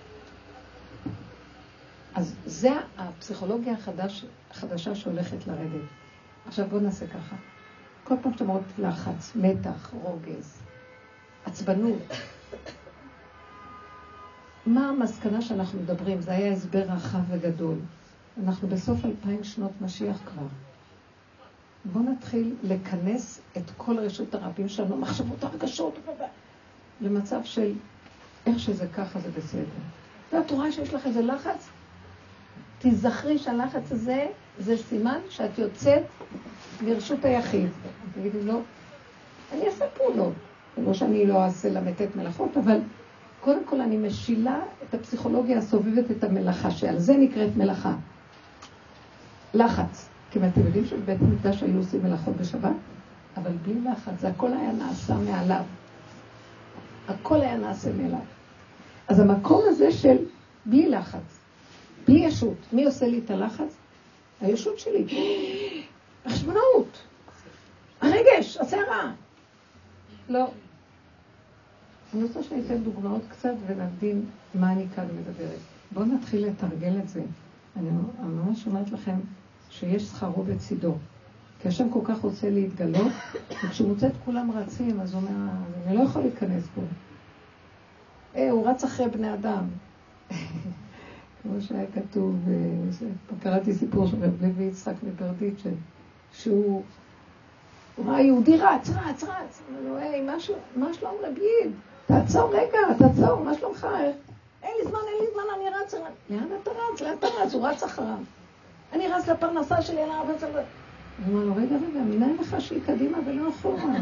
אז זה הפסיכולוגיה החדש, החדשה שהולכת לרדת. עכשיו בואו נעשה ככה. כל פעם שאתם רואים לחץ, מתח, רוגז, עצבנות. מה המסקנה שאנחנו מדברים? זה היה הסבר רחב וגדול. אנחנו בסוף אלפיים שנות משיח כבר. בואו נתחיל לכנס את כל רשות הרבים שלנו, מחשבות הרגשות, למצב של איך שזה ככה זה בסדר. ואת רואה שיש לך איזה לחץ? תזכרי שהלחץ הזה זה סימן שאת יוצאת מרשות היחיד. תגידי לו, אני אעשה פעולות. לא שאני לא אעשה למתת מלאכות, אבל קודם כל אני משילה את הפסיכולוגיה הסובבת את המלאכה, שעל זה נקראת מלאכה. לחץ. כי אתם יודעים שבבית המקדש היו עושים מלאכות בשבת, אבל בלי לחץ, זה הכל היה נעשה מעליו. הכל היה נעשה מעליו. אז המקום הזה של בלי לחץ, בלי ישות, מי עושה לי את הלחץ? הישות שלי. החשבונאות. הרגש, הסערה. לא. אני רוצה שאני אתן דוגמאות קצת ונבין מה אני כאן מדברת. בואו נתחיל לתרגל את זה. אני ממש אומרת לכם שיש שכרו בצידו. כי השם כל כך רוצה להתגלות, וכשהוא מוצא את כולם רצים, אז הוא אומר, אני לא יכול להיכנס פה. אה, הוא רץ אחרי בני אדם. כמו שהיה כתוב, קראתי סיפור של רב לוי יצחק מברדיצ'ה, שהוא ראה יהודי רץ, רץ, רץ. הוא אומר לו, היי, מה שלום רביד? תעצור רגע, תעצור, מה שלומך? אין לי זמן, אין לי זמן, אני רץ. לאן אתה רץ? לאן אתה רץ? הוא רץ אחריו. אני רץ לפרנסה שלי, אני רץ על... הוא אומר לו, רגע, רגע, מנהל לך שהיא קדימה ולא אחורה.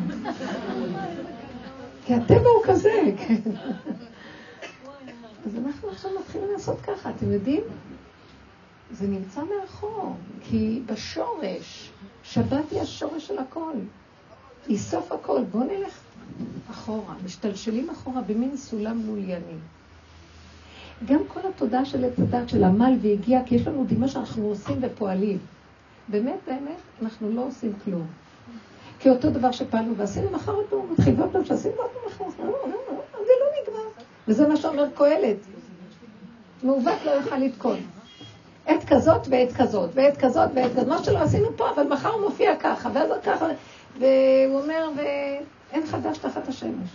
כי הטבע הוא כזה, כן. אז אנחנו עכשיו מתחילים לעשות ככה, אתם יודעים? זה נמצא מאחור, כי בשורש, שבת היא השורש של הכל. היא סוף הכל, בואו נלך אחורה, משתלשלים אחורה במין סולם לולייני. גם כל התודעה של הצדת של עמל והגיע, כי יש לנו דימה שאנחנו עושים ופועלים. באמת, באמת, אנחנו לא עושים כלום. כי אותו דבר שפעלנו ועשינו מחר אותו, מתחיל אותו שעשינו אותו מחר, זה לא נגמר. וזה מה שאומר קהלת. מעוות לא יוכל לתקון. עת כזאת ועת כזאת, ועת כזאת ועת כזאת. מה שלא עשינו פה, אבל מחר הוא מופיע ככה, ואז ככה. והוא אומר, ואין חדש תחת השמש.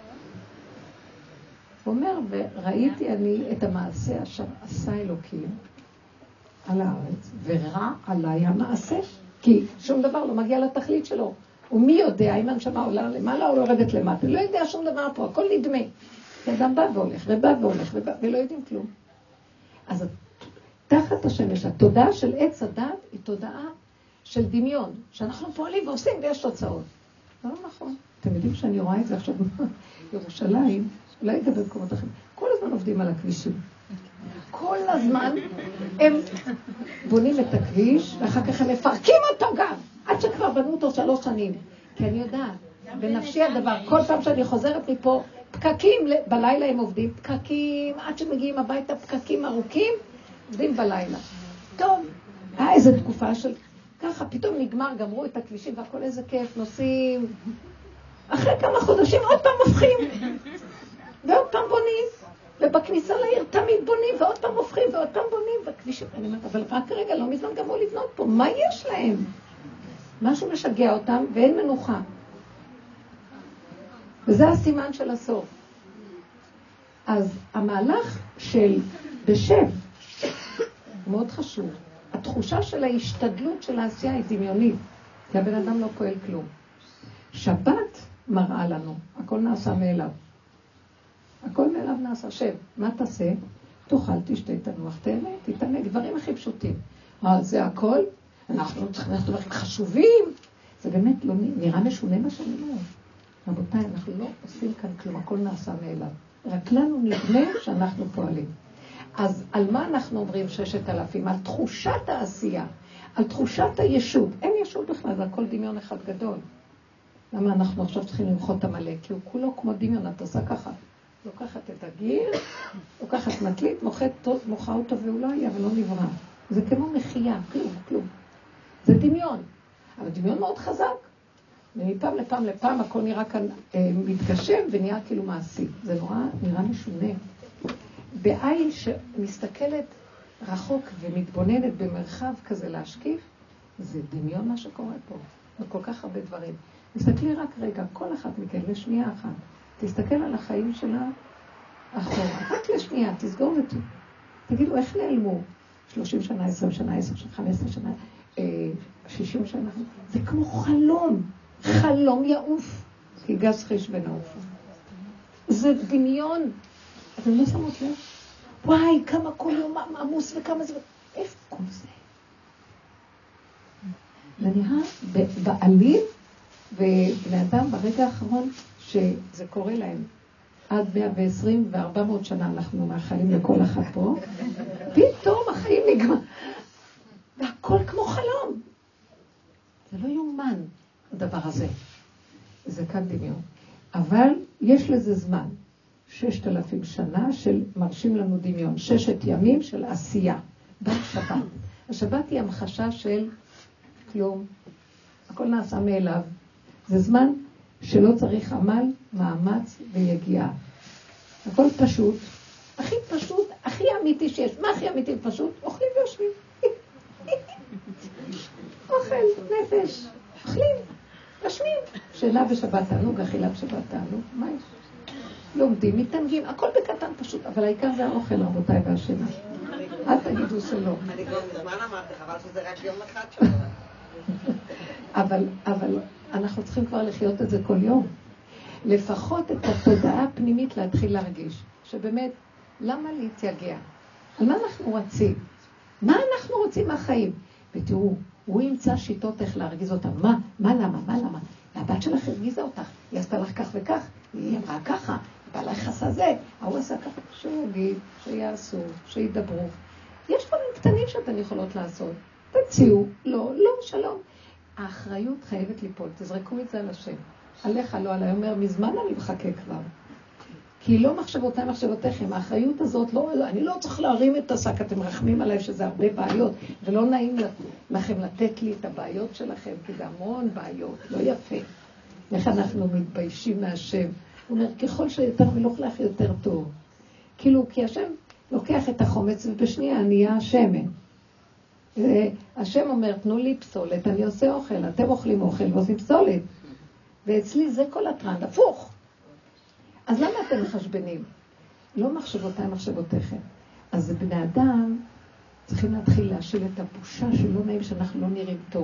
הוא אומר, וראיתי אני את המעשה אשר עשה אלוקים על הארץ, ורע עליי המעשה, כי שום דבר לא מגיע לתכלית שלו. ומי יודע אם הנשמה עולה למעלה או יורדת למטה? לא יודע שום דבר פה, הכל נדמה. אדם בא והולך, ובא והולך, ובא, ולא יודעים כלום. אז תחת השמש, התודעה של עץ הדת היא תודעה של דמיון, שאנחנו פועלים ועושים ויש תוצאות. לא נכון. אתם יודעים שאני רואה את זה עכשיו בירושלים, אולי גם במקומות אחרים. כל הזמן עובדים על הכבישים. כל הזמן הם בונים את הכביש, ואחר כך הם מפרקים אותו גם, עד שכבר בנו אותו שלוש שנים. כי אני יודעת, בנפשי הדבר, כל פעם שאני חוזרת מפה, פקקים, בלילה הם עובדים, פקקים, עד שמגיעים הביתה, פקקים ארוכים, עובדים בלילה. טוב, היה איזו תקופה של ככה, פתאום נגמר, גמרו את הכבישים והכל איזה כיף, נוסעים. אחרי כמה חודשים עוד פעם הופכים, ועוד פעם בונים, ובכניסה לעיר תמיד בונים, ועוד פעם הופכים, ועוד פעם בונים, בכבישים. אני אומרת, אבל רק כרגע לא מזמן גמרו לבנות פה, מה יש להם? משהו משגע אותם ואין מנוחה. וזה הסימן של הסוף. אז המהלך של בשב, מאוד חשוב. התחושה של ההשתדלות של העשייה היא דמיונית, כי הבן אדם לא פועל כלום. שבת מראה לנו, הכל נעשה מאליו. הכל מאליו נעשה. שב, מה תעשה? תאכל, תשתה, תנוח, תהנה, תתענג, דברים הכי פשוטים. מה, זה הכל? אנחנו צריכים לעשות דברים חשובים. זה באמת לא נראה משונה מה שאני אומר. רבותיי, אנחנו לא עושים כאן כלום, הכל נעשה מאליו. רק לנו נדמה שאנחנו פועלים. אז על מה אנחנו אומרים ששת אלפים? על תחושת העשייה, על תחושת הישות. אין ישות בכלל, זה הכל דמיון אחד גדול. למה אנחנו עכשיו צריכים למחות את המלא? כי הוא כולו כמו דמיון, אתה עושה ככה. לוקחת את הגיר, לוקחת מטלית, מוחת, מוחה אותו והוא לא היה ולא נברא. זה כמו מחייה, כלום, כלום. זה דמיון. אבל דמיון מאוד חזק. ומפעם לפעם לפעם הכל נראה כאן אה, מתגשם ונהיה כאילו מעשי. זה נורא, נראה משונה. בעין שמסתכלת רחוק ומתבוננת במרחב כזה להשקיף, זה דמיון מה שקורה פה. וכל כך הרבה דברים. תסתכלי רק רגע, כל אחת מכן לשנייה אחת. תסתכל על החיים שלה אחורה, רק לשנייה, תסגור אותי. תגידו, איך נעלמו? שלושים שנה, עשרים שנה, עשר שנה, חמש עשרה שנה, שישים שנה. זה כמו חלום, חלום יעוף, כי גז חיש ונעוף. זה דמיון. אתם לא שמות לב? וואי, כמה כל יום עמוס וכמה זה... איפה כל זה? זה נראה בעלים ובני אדם ברגע האחרון שזה קורה להם. עד מאה ועשרים וארבע מאות שנה אנחנו מאחלים לכל אחד פה. פתאום החיים נגמר. והכל כמו חלום. זה לא יומן, הדבר הזה. זה כאן דמיון. אבל יש לזה זמן. ששת אלפים שנה של מרשים לנו דמיון. ששת ימים של עשייה. בשבת. השבת היא המחשה של כלום. הכל נעשה מאליו. זה זמן שלא צריך עמל, מאמץ ויגיעה. הכל פשוט. הכי פשוט, הכי אמיתי שיש. מה הכי אמיתי ופשוט? אוכלים ויושבים. אוכל, נפש. אוכלים, נשמים. שינה בשבת תענוג, אכילה בשבת תענוג. מה יש? לומדים, מתענגים, הכל בקטן פשוט. אבל העיקר זה האוכל, רבותיי, והשינה. אל תגידו שלא. אני כבר מזמן אמרתי, חבל שזה רק יום אחד שלו. אבל, אבל אנחנו צריכים כבר לחיות את זה כל יום. לפחות את התודעה הפנימית להתחיל להרגיש. שבאמת, למה להתייגע? על מה אנחנו רוצים? מה אנחנו רוצים מהחיים? ותראו, הוא ימצא שיטות איך להרגיז אותם. מה? מה למה? מה למה? הבת שלך הרגיזה אותך. היא עשתה לך כך וכך. היא אמרה ככה. בא לך עשה זה. הוא עשה ככה. שיגיד, שיעשו, שידברו. יש דברים קטנים שאתן יכולות לעשות. תציעו. לא, לא, שלום. האחריות חייבת ליפול. תזרקו את זה על השם. עליך, לא עליי. אומר, מזמן אני מחכה כבר. כי לא מחשבותיי, מחשבותיכם. האחריות הזאת, לא, לא, אני לא צריך להרים את השק. אתם רחמים עליי שזה הרבה בעיות. ולא נעים לכם לתת לי את הבעיות שלכם, כי זה המון בעיות. לא יפה. איך אנחנו מתביישים מהשם. הוא אומר, ככל שיותר מלוכלך יותר טוב. כאילו, כי השם לוקח את החומץ ובשנייה נהיה השמן. השם אומר, תנו לי פסולת, אני עושה אוכל, אתם אוכלים אוכל ועושים פסולת. ואצלי זה כל הטרנד, הפוך. אז למה אתם מחשבנים? לא מחשבותיי, מחשבותיכם. אז בני אדם צריכים להתחיל להשיל את הבושה שלא נעים שאנחנו לא נראים טוב.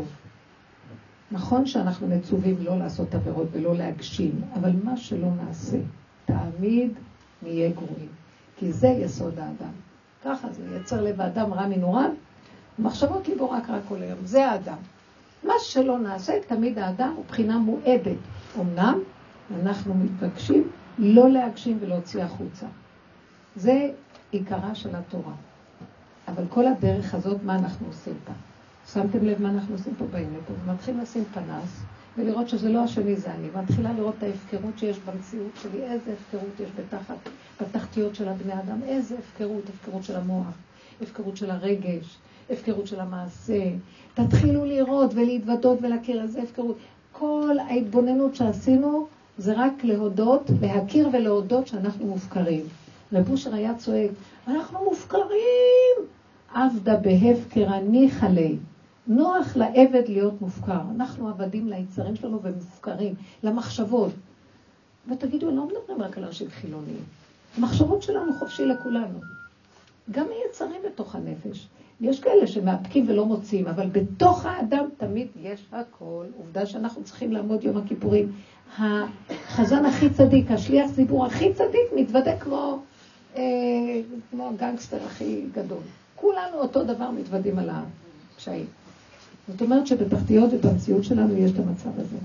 נכון שאנחנו מצווים לא לעשות עבירות ולא להגשים, אבל מה שלא נעשה, תמיד נהיה גרועים. כי זה יסוד האדם. ככה זה יצר לב האדם רע מנוריו, מחשבות ליבו רק רק כל היום. זה האדם. מה שלא נעשה, תמיד האדם הוא בחינה מועדת. אמנם אנחנו מתבקשים לא להגשים ולהוציא החוצה. זה עיקרה של התורה. אבל כל הדרך הזאת, מה אנחנו עושים פה? שמתם לב מה אנחנו עושים פה באים לפה, ומתחיל לשים פנס, ולראות שזה לא השני, זה אני, ומתחילה לראות את ההפקרות שיש במציאות שלי, איזה הפקרות יש בתחת, בתחתיות של הבני אדם, איזה הפקרות, הפקרות של המוח, הפקרות של הרגש, הפקרות של המעשה. תתחילו לראות ולהתוודות ולהכיר איזה הפקרות. כל ההתבוננות שעשינו זה רק להודות, להכיר ולהודות שאנחנו מופקרים. רב אושר היה צועק, אנחנו מופקרים! עבדה בהפקר אני חלי. נוח לעבד להיות מופקר. אנחנו עבדים ליצרים שלנו ומופקרים, למחשבות. ותגידו, לא מדברים רק על אנשים חילוניים. המחשבות שלנו חופשי לכולנו. גם היצרים בתוך הנפש. יש כאלה שמאפקים ולא מוצאים, אבל בתוך האדם תמיד יש הכל. עובדה שאנחנו צריכים לעמוד יום הכיפורים. החזן הכי צדיק, השליח ציבור הכי צדיק, מתוודא כמו, אה, כמו הגנגסטר הכי גדול. כולנו אותו דבר מתוודים על הקשיים. זאת אומרת שבתחתיות ובמציאות שלנו יש את המצב הזה.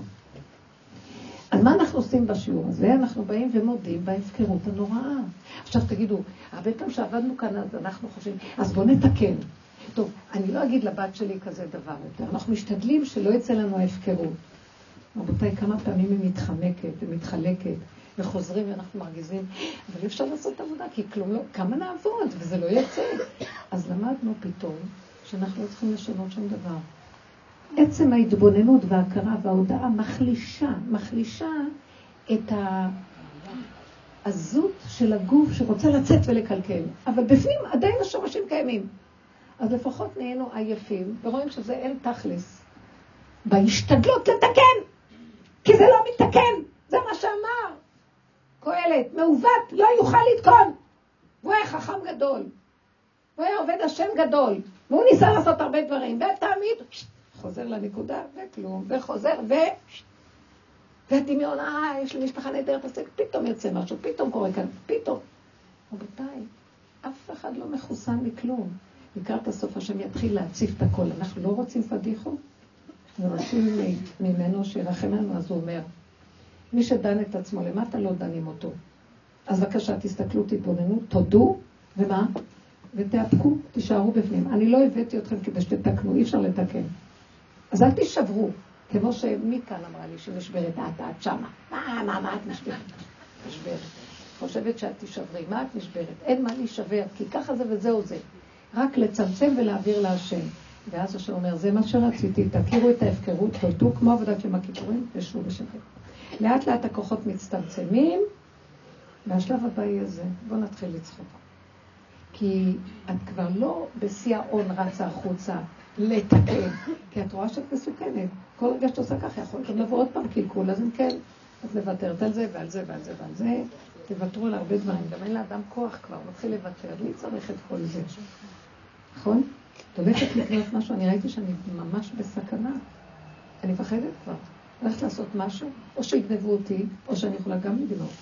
אז מה אנחנו עושים בשיעור הזה? אנחנו באים ומודים בהפקרות הנוראה. עכשיו תגידו, הרבה פעמים שעבדנו כאן אז אנחנו חושבים, אז בוא נתקן. טוב, אני לא אגיד לבת שלי כזה דבר יותר. אנחנו משתדלים שלא יצא לנו ההפקרות. רבותיי, כמה פעמים היא מתחמקת ומתחלקת וחוזרים ואנחנו מרגיזים, אבל אפשר לעשות עבודה כי כלום לא, כמה נעבוד וזה לא יצא. אז למדנו פתאום שאנחנו לא צריכים לשנות שום דבר. עצם ההתבוננות וההכרה וההודעה מחלישה, מחלישה את העזות של הגוף שרוצה לצאת ולקלקל. אבל בפנים עדיין השורשים קיימים. אז לפחות נהיינו עייפים ורואים שזה אין תכלס. בהשתדלות לתקן, כי זה לא מתקן, זה מה שאמר. קהלת, מעוות, לא יוכל לתקון. והוא היה חכם גדול. הוא היה עובד השם גדול. והוא ניסה לעשות הרבה דברים. ותמיד חוזר לנקודה, וכלום, וחוזר, ו... והדמיון, אה, יש לי משפחה נהדרת, אז פתאום יוצא משהו, פתאום קורה כאן, פתאום. רבותיי, אף אחד לא מחוסן מכלום. לקראת הסוף השם יתחיל להציף את הכל. אנחנו לא רוצים פדיחו, ורוצים ממנו שירחם לנו, אז הוא אומר, מי שדן את עצמו למטה לא דנים אותו. אז בבקשה, תסתכלו, תתבוננו, תודו, ומה? ותאפקו, תישארו בפנים. אני לא הבאתי אתכם כדי שתתקנו, אי אפשר לתקן. אז אל תישברו, כמו שמי כאן אמרה לי שנשברת, את, את שמה. מה, מה, מה את נשברת? נשברת. חושבת שאת תישברי, מה את נשברת? אין מה להישבר, כי ככה זה וזהו זה. רק לצמצם ולהעביר להשם. ואז השם אומר, זה מה שרציתי, תכירו את ההפקרות, תודו כמו עבודת יום הכיפורים, ושבו בשקט. לאט לאט הכוחות מצטמצמים, והשלב הבא יהיה זה. בואו נתחיל לצחוק. כי את כבר לא בשיא האון רצה החוצה לתקן, כי את רואה שאת מסוכנת. כל רגע שאת עושה ככה יכול גם לבוא עוד פעם קלקול, אז אם כן, את מוותרת על זה ועל זה ועל זה ועל זה, תוותרו על הרבה דברים. גם אין לאדם כוח כבר, מתחיל לוותר, מי צריך את כל זה? נכון? את הולכת לקנות משהו, אני ראיתי שאני ממש בסכנה. אני מפחדת כבר. הולכת לעשות משהו, או שיגנבו אותי, או שאני יכולה גם לגנוב.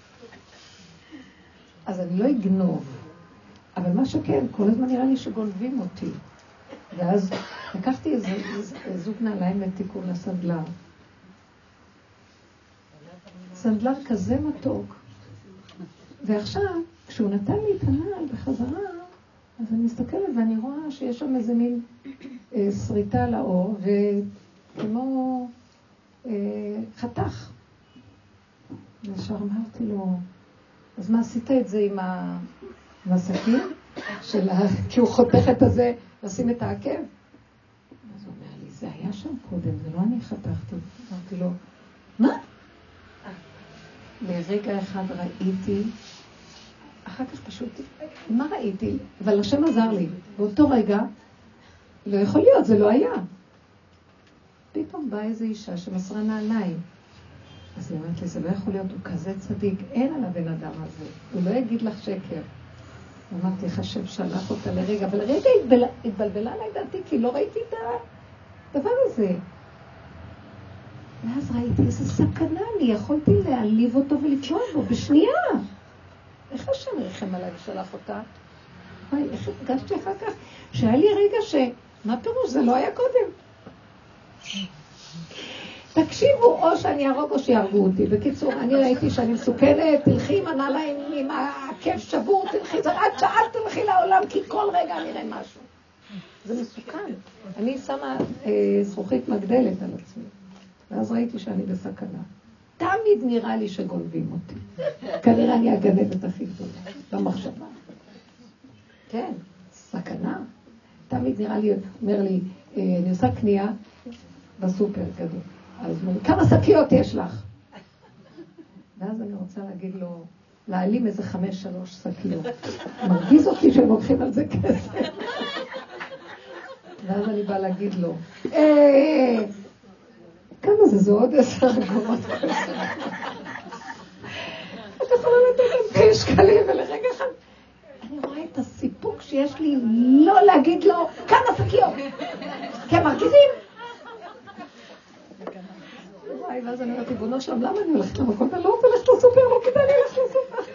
אז אני לא אגנוב. אבל מה שכן, כל הזמן נראה לי שגונבים אותי. ואז לקחתי איזה, איזה זוג נעליים לתיקון לסנדלר. סנדלר כזה מתוק. ועכשיו, כשהוא נתן לי את הנעל בחזרה, אז אני מסתכלת ואני רואה שיש שם איזה מין אה, שריטה על האור, וכמו אה, חתך. וישר אמרתי לו, אז מה עשית את זה עם ה... מסכים של ה... כי הוא חותך את הזה, לשים את העקב. אז הוא אומר לי, זה היה שם קודם, זה לא אני חתכתי. אמרתי לו, מה? לרגע אחד ראיתי, אחר כך פשוט, מה ראיתי? אבל השם עזר לי. באותו רגע, לא יכול להיות, זה לא היה. פתאום באה איזו אישה שמסרה נעליים. אז היא אומרת לי, זה לא יכול להיות, הוא כזה צדיק, אין על הבן אדם הזה. הוא לא יגיד לך שקר. אמרתי לך, השם שלח אותה לרגע, אבל לרגע התבלבלה, התבלבלה עליי דעתי, כי לא ראיתי את הדבר הזה. ואז ראיתי איזו סכנה לי, יכולתי להעליב אותו ולפגוע בו בשנייה. איך השם רחם עליי ושלח אותה? וואי, איך הרגשתי אחר כך? שהיה לי רגע ש... מה פירוש? זה לא היה קודם. תקשיבו, או שאני ארוג או שיהרגו אותי. בקיצור, אני ראיתי שאני מסוכנת, תלכי עם הנעליים, עם העקב שבור, תלכי, זה עד שעה תלכי לעולם, כי כל רגע נראה משהו. זה מסוכן. אני שמה אה, זכוכית מגדלת על עצמי. ואז ראיתי שאני בסכנה. תמיד נראה לי שגונבים אותי. כנראה אני הגנבת הכי גדולה, במחשבה. כן, סכנה. תמיד נראה לי, אומר לי, אה, אני עושה קנייה בסופר גדול. אז הוא אומר, כמה שקיות יש לך? ואז אני רוצה להגיד לו, להעלים איזה חמש, שלוש שקיות. מרגיז אותי שהם לוקחים על זה כסף. ואז אני באה להגיד לו, אה, כמה זה? זה עוד עשר אגורות. אתה יכולה לתת אלפי שקלים, ולרגע אחד, אני רואה את הסיפוק שיש לי לא להגיד לו, כמה שקיות? כי הם מרגיזים. וואי, ואז אני אומרת, ריבונו שלום, למה אני הולכת למקום? אני לא רוצה ללכת לסופר, לא כדאי לי ללכת לסופר.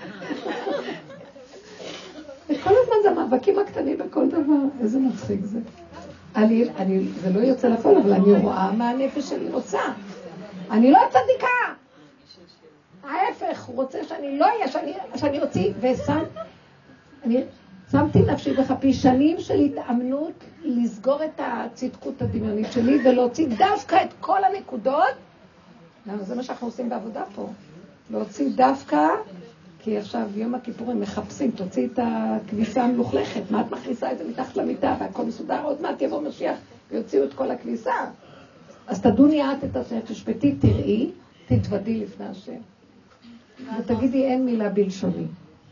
וכל הזמן זה המאבקים הקטנים בכל דבר. איזה מצחיק זה. אני, אני, זה לא יוצא לפעול, אבל אני רואה מה הנפש שלי רוצה. אני לא צדיקה. ההפך, הוא רוצה שאני לא אהיה, שאני, שאני אוציא, ושם, אני שמתי נפשי בכפי שנים של התאמנות לסגור את הצדקות הדמיונית שלי, ולהוציא דווקא את כל הנקודות. למה זה מה שאנחנו עושים בעבודה פה. להוציא דווקא, כי עכשיו יום הכיפורים מחפשים, תוציא את הכביסה המלוכלכת. מה את מכניסה את זה מתחת למיטה, והכל מסודר, עוד מעט יבוא משיח, ויוציאו את כל הכביסה. אז תדוני את את השם, תשפטי, תראי, תתוודי לפני השם. ותגידי, אין מילה בלשוני.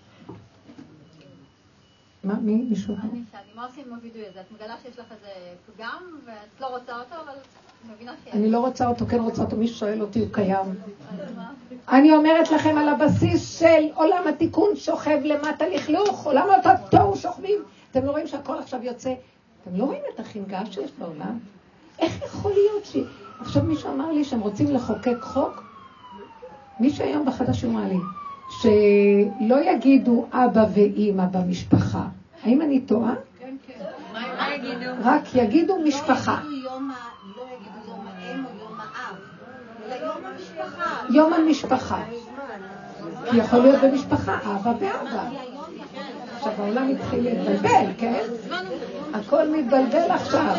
מה, מי? מישהו? אני שאלתי, מה עושים עם הווידוי הזה? את מגלה שיש לך איזה פגם, ואת לא רוצה אותו, אבל אני לא רוצה אותו, כן רוצה אותו, מי שואל אותי הוא קיים. אני אומרת לכם על הבסיס של עולם התיקון שוכב למטה לכלוך, עולם התוהו שוכבים. אתם לא רואים שהכל עכשיו יוצא? אתם לא רואים את החנגה שיש בעולם? איך יכול להיות ש... עכשיו מישהו אמר לי שהם רוצים לחוקק חוק, מישהו היום בחדשים אמר לי, שלא יגידו אבא ואמא במשפחה. האם אני טועה? כן, כן. רק יגידו משפחה. לא יגידו יום האם או יום האב, אלא יום המשפחה. יום המשפחה. כי יכול להיות במשפחה, אבא ואבא. עכשיו העולם התחיל להתבלבל, כן? הכל מתבלבל עכשיו.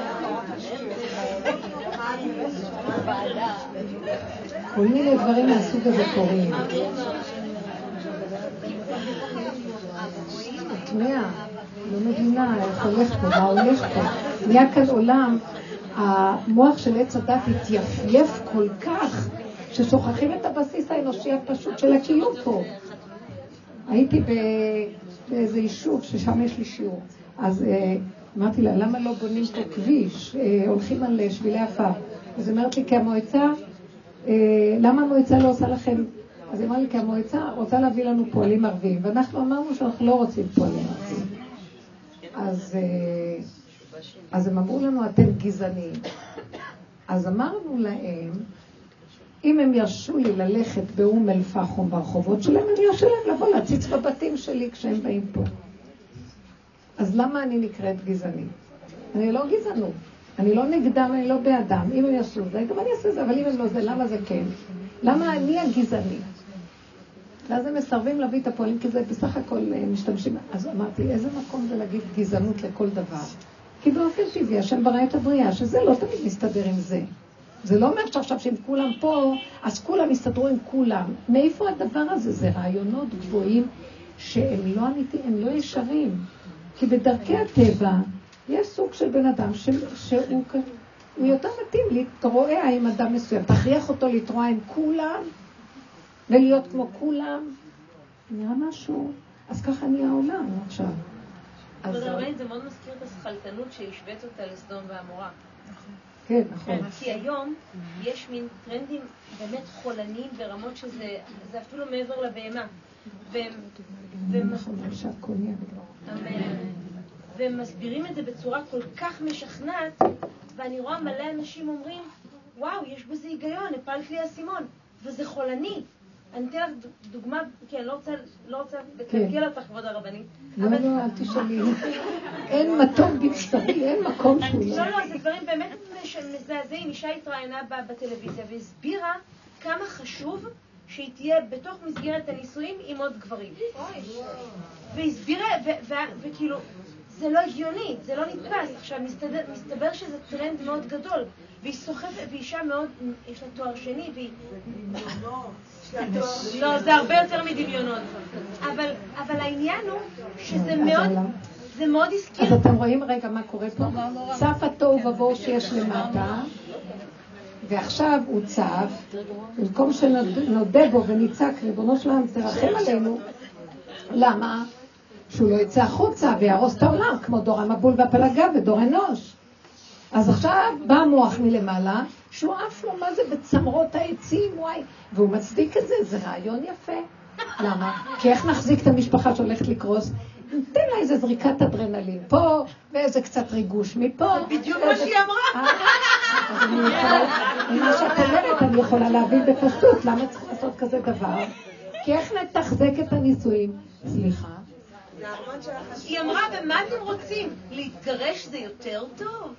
כל מיני דברים מהסוג הזה קורים. את מאה, לא מבינה איך הולך פה, מה הולך פה. נהיה כאן עולם, המוח של עץ הדת התייפייף כל כך, ששוכחים את הבסיס האנושי הפשוט של הקיום פה. הייתי באיזה יישוב ששם יש לי שיעור. אז אמרתי לה, למה לא בונים פה כביש? הולכים על שבילי עפר. אז אמרת לי, כי המועצה, למה המועצה לא עושה לכם? אז אמרה לי, כי המועצה רוצה להביא לנו פועלים ערבים, ואנחנו אמרנו שאנחנו לא רוצים פועלים ערבים. אז, אז הם אמרו לנו, אתם גזענים. אז אמרנו להם, אם הם ירשו לי ללכת באום אל פחם ברחובות שלהם, אני ארשה להם לבוא להציץ בבתים שלי כשהם באים פה. אז למה אני נקראת גזענית? אני לא גזענות. אני לא נגדם, אני לא באדם. אם הם יעשו זה, גם אני אעשה זה, אבל אם הם לא זה, למה זה כן? למה אני הגזענית? ואז הם מסרבים להביא את הפועלים, כי זה בסך הכל משתמשים. אז אמרתי, איזה מקום זה להגיד גזענות לכל דבר? כי באופן טבעי, השם ברא את הבריאה, שזה לא תמיד מסתדר עם זה. זה לא אומר שעכשיו שהם כולם פה, אז כולם יסתדרו עם כולם. מאיפה הדבר הזה? זה רעיונות גבוהים שהם לא אמיתיים, הם לא ישרים. כי בדרכי הטבע יש סוג של בן אדם ש... שהוא הוא יותר מתאים להתרועע עם אדם מסוים. תכריח אותו להתרועע עם כולם ולהיות כמו כולם. נראה משהו. אז ככה נהיה העולם עכשיו. אז זה מאוד מזכיר את הסחלטנות שהשווית אותה לסדום ועמורה. כן, נכון. כי היום יש מין טרנדים באמת חולניים ברמות שזה אפילו מעבר לבהמה. והם מסבירים את זה בצורה כל כך משכנעת, ואני רואה מלא אנשים אומרים, וואו, יש בזה היגיון, הפלת לי הסימון, וזה חולני. אני אתן לך דוגמה, כי אני לא רוצה לקלקל אותך, כבוד הרבנית. לא, לא, אל תשאלי. אין מתום בבשרי, אין מקום שהוא. לא, לא, זה דברים באמת מזעזעים. אישה התראיינה בטלוויזיה והסבירה כמה חשוב שהיא תהיה בתוך מסגרת הנישואים עם עוד גברים. והסבירה, וכאילו, זה לא הגיוני, זה לא נתפס. עכשיו, מסתבר שזה טרנד מאוד גדול, והיא סוחפת, ואישה מאוד, יש לה תואר שני, והיא... לא, זה הרבה יותר מדמיונות. אבל, אבל העניין הוא שזה מאוד, זה מאוד הזכיר. אז אתם רואים רגע מה קורה פה? צף התוהו ובוהו שיש למטה, ועכשיו הוא צף, במקום שנודה בו וניצק, ריבונו שלנו, תרחם עלינו. למה? שהוא לא יצא החוצה ויהרוס את העולם, כמו דור המבול והפלגה ודור אנוש. אז עכשיו בא המוח מלמעלה, שהוא אף לו מה זה בצמרות העצים, וואי, והוא מצדיק את זה, זה רעיון יפה. למה? כי איך נחזיק את המשפחה שהולכת לקרוס? ניתן לה איזה זריקת אדרנלין פה, ואיזה קצת ריגוש מפה. בדיוק מה שהיא אמרה. אז אני יכולה, מה שאת אומרת, אני יכולה להבין בפשטות, למה צריך לעשות כזה דבר? כי איך נתחזק את הנישואים? סליחה. היא אמרה, ומה אתם רוצים? להתגרש זה יותר טוב?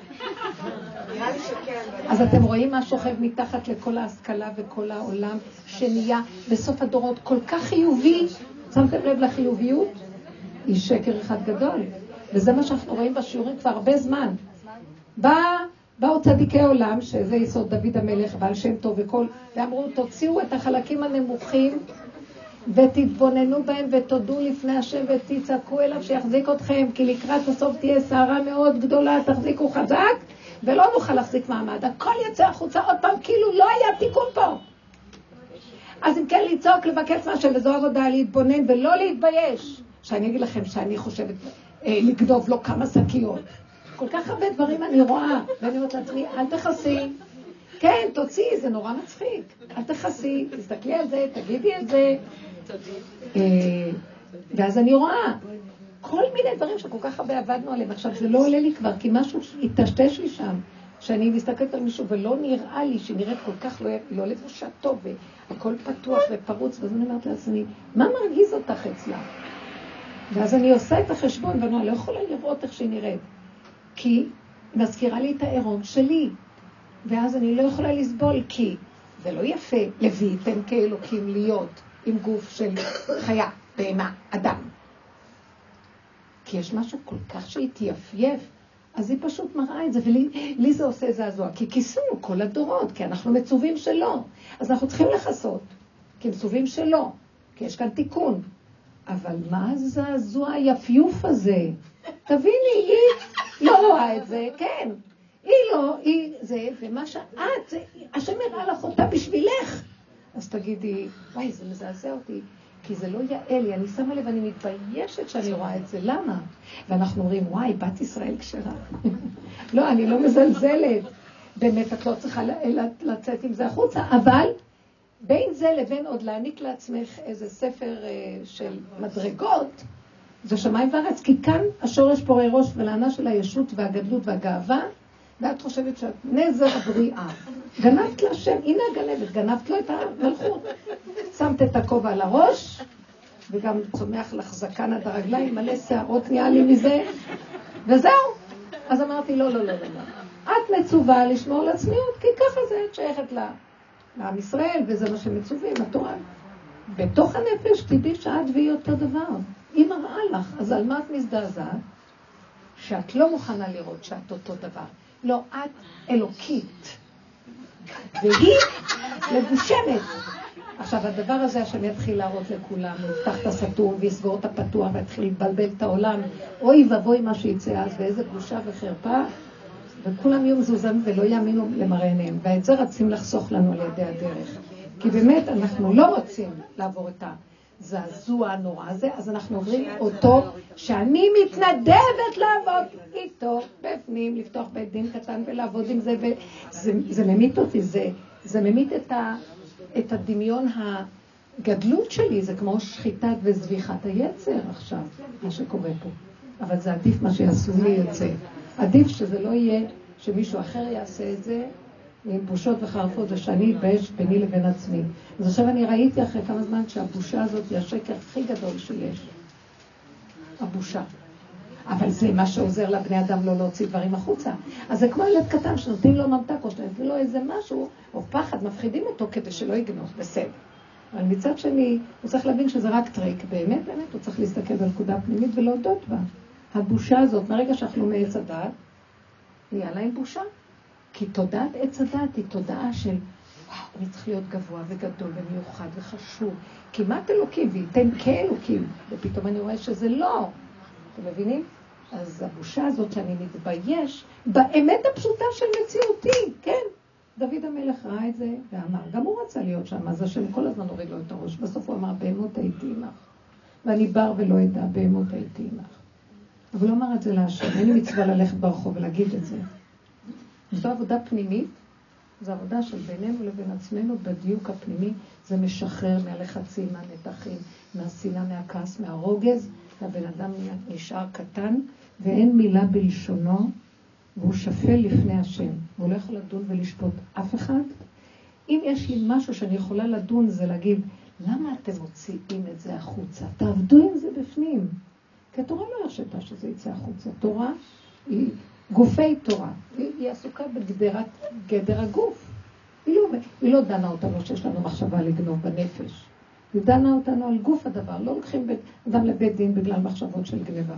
אז אתם רואים מה שוכב מתחת לכל ההשכלה וכל העולם שנהיה בסוף הדורות כל כך חיובי. שמתם לב לחיוביות? היא שקר אחד גדול. וזה מה שאנחנו רואים בשיעורים כבר הרבה זמן. בא, באו צדיקי עולם, שזה יסוד דוד המלך, בעל שם טוב וכל, ואמרו, תוציאו את החלקים הנמוכים, ותתבוננו בהם ותודו לפני השם ותצעקו אליו שיחזיק אתכם, כי לקראת הסוף תהיה סערה מאוד גדולה, תחזיקו חזק, ולא נוכל להחזיק מעמד. הכל יצא החוצה עוד פעם, כאילו לא היה תיקון פה. אז אם כן לצעוק, לבקש משהו, וזו עבודה להתבונן ולא להתבייש. שאני אגיד לכם שאני חושבת אה, לגדוב לו כמה שקיות. כל כך הרבה דברים אני רואה, ואני אומרת לעצמי, אל תחסי. כן, תוציאי, זה נורא מצחיק. אל תחסי, תסתכלי על זה, תגידי את זה. ואז אני רואה כל מיני דברים שכל כך הרבה עבדנו עליהם. עכשיו, זה לא עולה לי כבר, כי משהו התשתש לי שם. שאני מסתכלת על מישהו ולא נראה לי שנראית כל כך לא, לא לבושה טוב והכל פתוח ופרוץ, ואז אני אומרת לעצמי, מה מרגיז אותך אצלה? ואז אני עושה את החשבון ואני לא יכולה לראות איך שהיא נראית, כי מזכירה לי את העירום שלי, ואז אני לא יכולה לסבול, כי זה לא יפה לביאתם כאלוקים להיות עם גוף של חיה, בהמה, אדם. כי יש משהו כל כך שהתייפייף, אז היא פשוט מראה את זה, ולי לי זה עושה זעזוע, כי כיסינו כל הדורות, כי אנחנו מצווים שלו, אז אנחנו צריכים לחסות, כי מצווים שלו, כי יש כאן תיקון. אבל מה הזעזוע היפיוף הזה? תביני, היא לא רואה את זה, כן. היא לא, היא זה, ומה שאת, זה, השם יראה לך אותה בשבילך. אז תגידי, וואי, זה מזעזע אותי. כי זה לא יעל לי, אני שמה לב, אני מתביישת שאני רואה את זה, למה? ואנחנו אומרים, וואי, בת ישראל כשרה. לא, אני לא מזלזלת. באמת, את לא צריכה לצאת עם זה החוצה, אבל בין זה לבין עוד להעניק לעצמך איזה ספר של מדרגות, זה שמיים וארץ, כי כאן השורש פורי ראש ולענה של הישות והגדלות והגאווה, ואת חושבת שאת נזר הבריאה. גנבת להשם, הנה הגנבת, גנבת לו את המלכות. שמת את הכובע על הראש, וגם צומח לך זקן עד הרגליים, מלא שערות נהיה לי מזה, וזהו. אז אמרתי, לא, לא, לא, לא. את מצווה לשמור על הצניעות, כי ככה זה, את שייכת לה, לעם ישראל, וזה מה שמצווים, התורה. בתוך הנפש תדעי שאת והיא אותו דבר. היא מראה לך, אז על מה את מזדעזעת? שאת לא מוכנה לראות שאת אותו דבר. לא, את אלוקית. והיא מבושמת. עכשיו, הדבר הזה, השם יתחיל להראות לכולם, הוא יפתח את הסתום ויסגור את הפתוח ויתחיל לבלבל את העולם. אוי ובוי מה שיצא אז, ואיזה בושה וחרפה. וכולם יהיו מזוזם ולא יאמינו למראה עיניהם. ואת זה רצים לחסוך לנו על ידי הדרך. כי באמת אנחנו לא רוצים לעבור את הזעזוע הנורא הזה, אז אנחנו אומרים אותו שאני מתנדבת לעבוד איתו בפנים, לפתוח בית דין קטן ולעבוד עם זה, וזה זה ממית אותי, זה, זה ממית את, ה, את הדמיון הגדלות שלי, זה כמו שחיטת וזביחת היצר עכשיו, מה שקורה פה. אבל זה עדיף מה שיעשו לי את זה. עדיף שזה לא יהיה שמישהו אחר יעשה את זה, עם בושות וחרפות, זה שאני אתבייש ביני לבין עצמי. אז עכשיו אני ראיתי אחרי כמה זמן שהבושה הזאת היא השקר הכי גדול שיש. הבושה. אבל זה מה שעוזר לבני אדם לא להוציא דברים החוצה. אז זה כמו ילד קטן שנותנים לו ממתק או שנותנים לו איזה משהו, או פחד, מפחידים אותו כדי שלא יגנוב, בסדר. אבל מצד שני, הוא צריך להבין שזה רק טריק. באמת, באמת, הוא צריך להסתכל בנקודה פנימית ולהודות בה. הבושה הזאת, מהרגע שאנחנו מעץ הדעת, נהיה להם בושה. כי תודעת עץ הדעת היא תודעה של, וואו, אני צריך להיות גבוה וגדול ומיוחד וחשוב. כמעט אלוקים, וייתן כאלוקים. ופתאום אני רואה שזה לא. אתם מבינים? אז הבושה הזאת שאני מתבייש, באמת הפשוטה של מציאותי, כן. דוד המלך ראה את זה ואמר, גם הוא רצה להיות שם, אז השם כל הזמן הוריד לו את הראש. בסוף הוא אמר, בהמות הייתי עמך. ואני בר ולא ידע, בהמות הייתי עמך. אבל הוא אמר את זה להשם, אין לי מצווה ללכת ברחוב ולהגיד את זה. זו עבודה פנימית, זו עבודה של בינינו לבין עצמנו בדיוק הפנימי, זה משחרר מהלחצים, מהנתחים, מהשנאה, מהכעס, מהרוגז, והבן אדם נשאר קטן, ואין מילה בלשונו, והוא שפל לפני השם, והוא לא יכול לדון ולשפוט אף אחד. אם יש לי משהו שאני יכולה לדון, זה להגיד, למה אתם מוציאים את זה החוצה? תעבדו עם זה בפנים. כי התורה לא הרשתה שזה יצא החוצה. תורה היא גופי תורה. היא, היא עסוקה בגדרת גדר הגוף. היא לא, היא לא דנה אותנו שיש לנו מחשבה לגנוב בנפש. היא דנה אותנו על גוף הדבר. לא לוקחים בית, אדם לבית דין בגלל מחשבות של גניבה.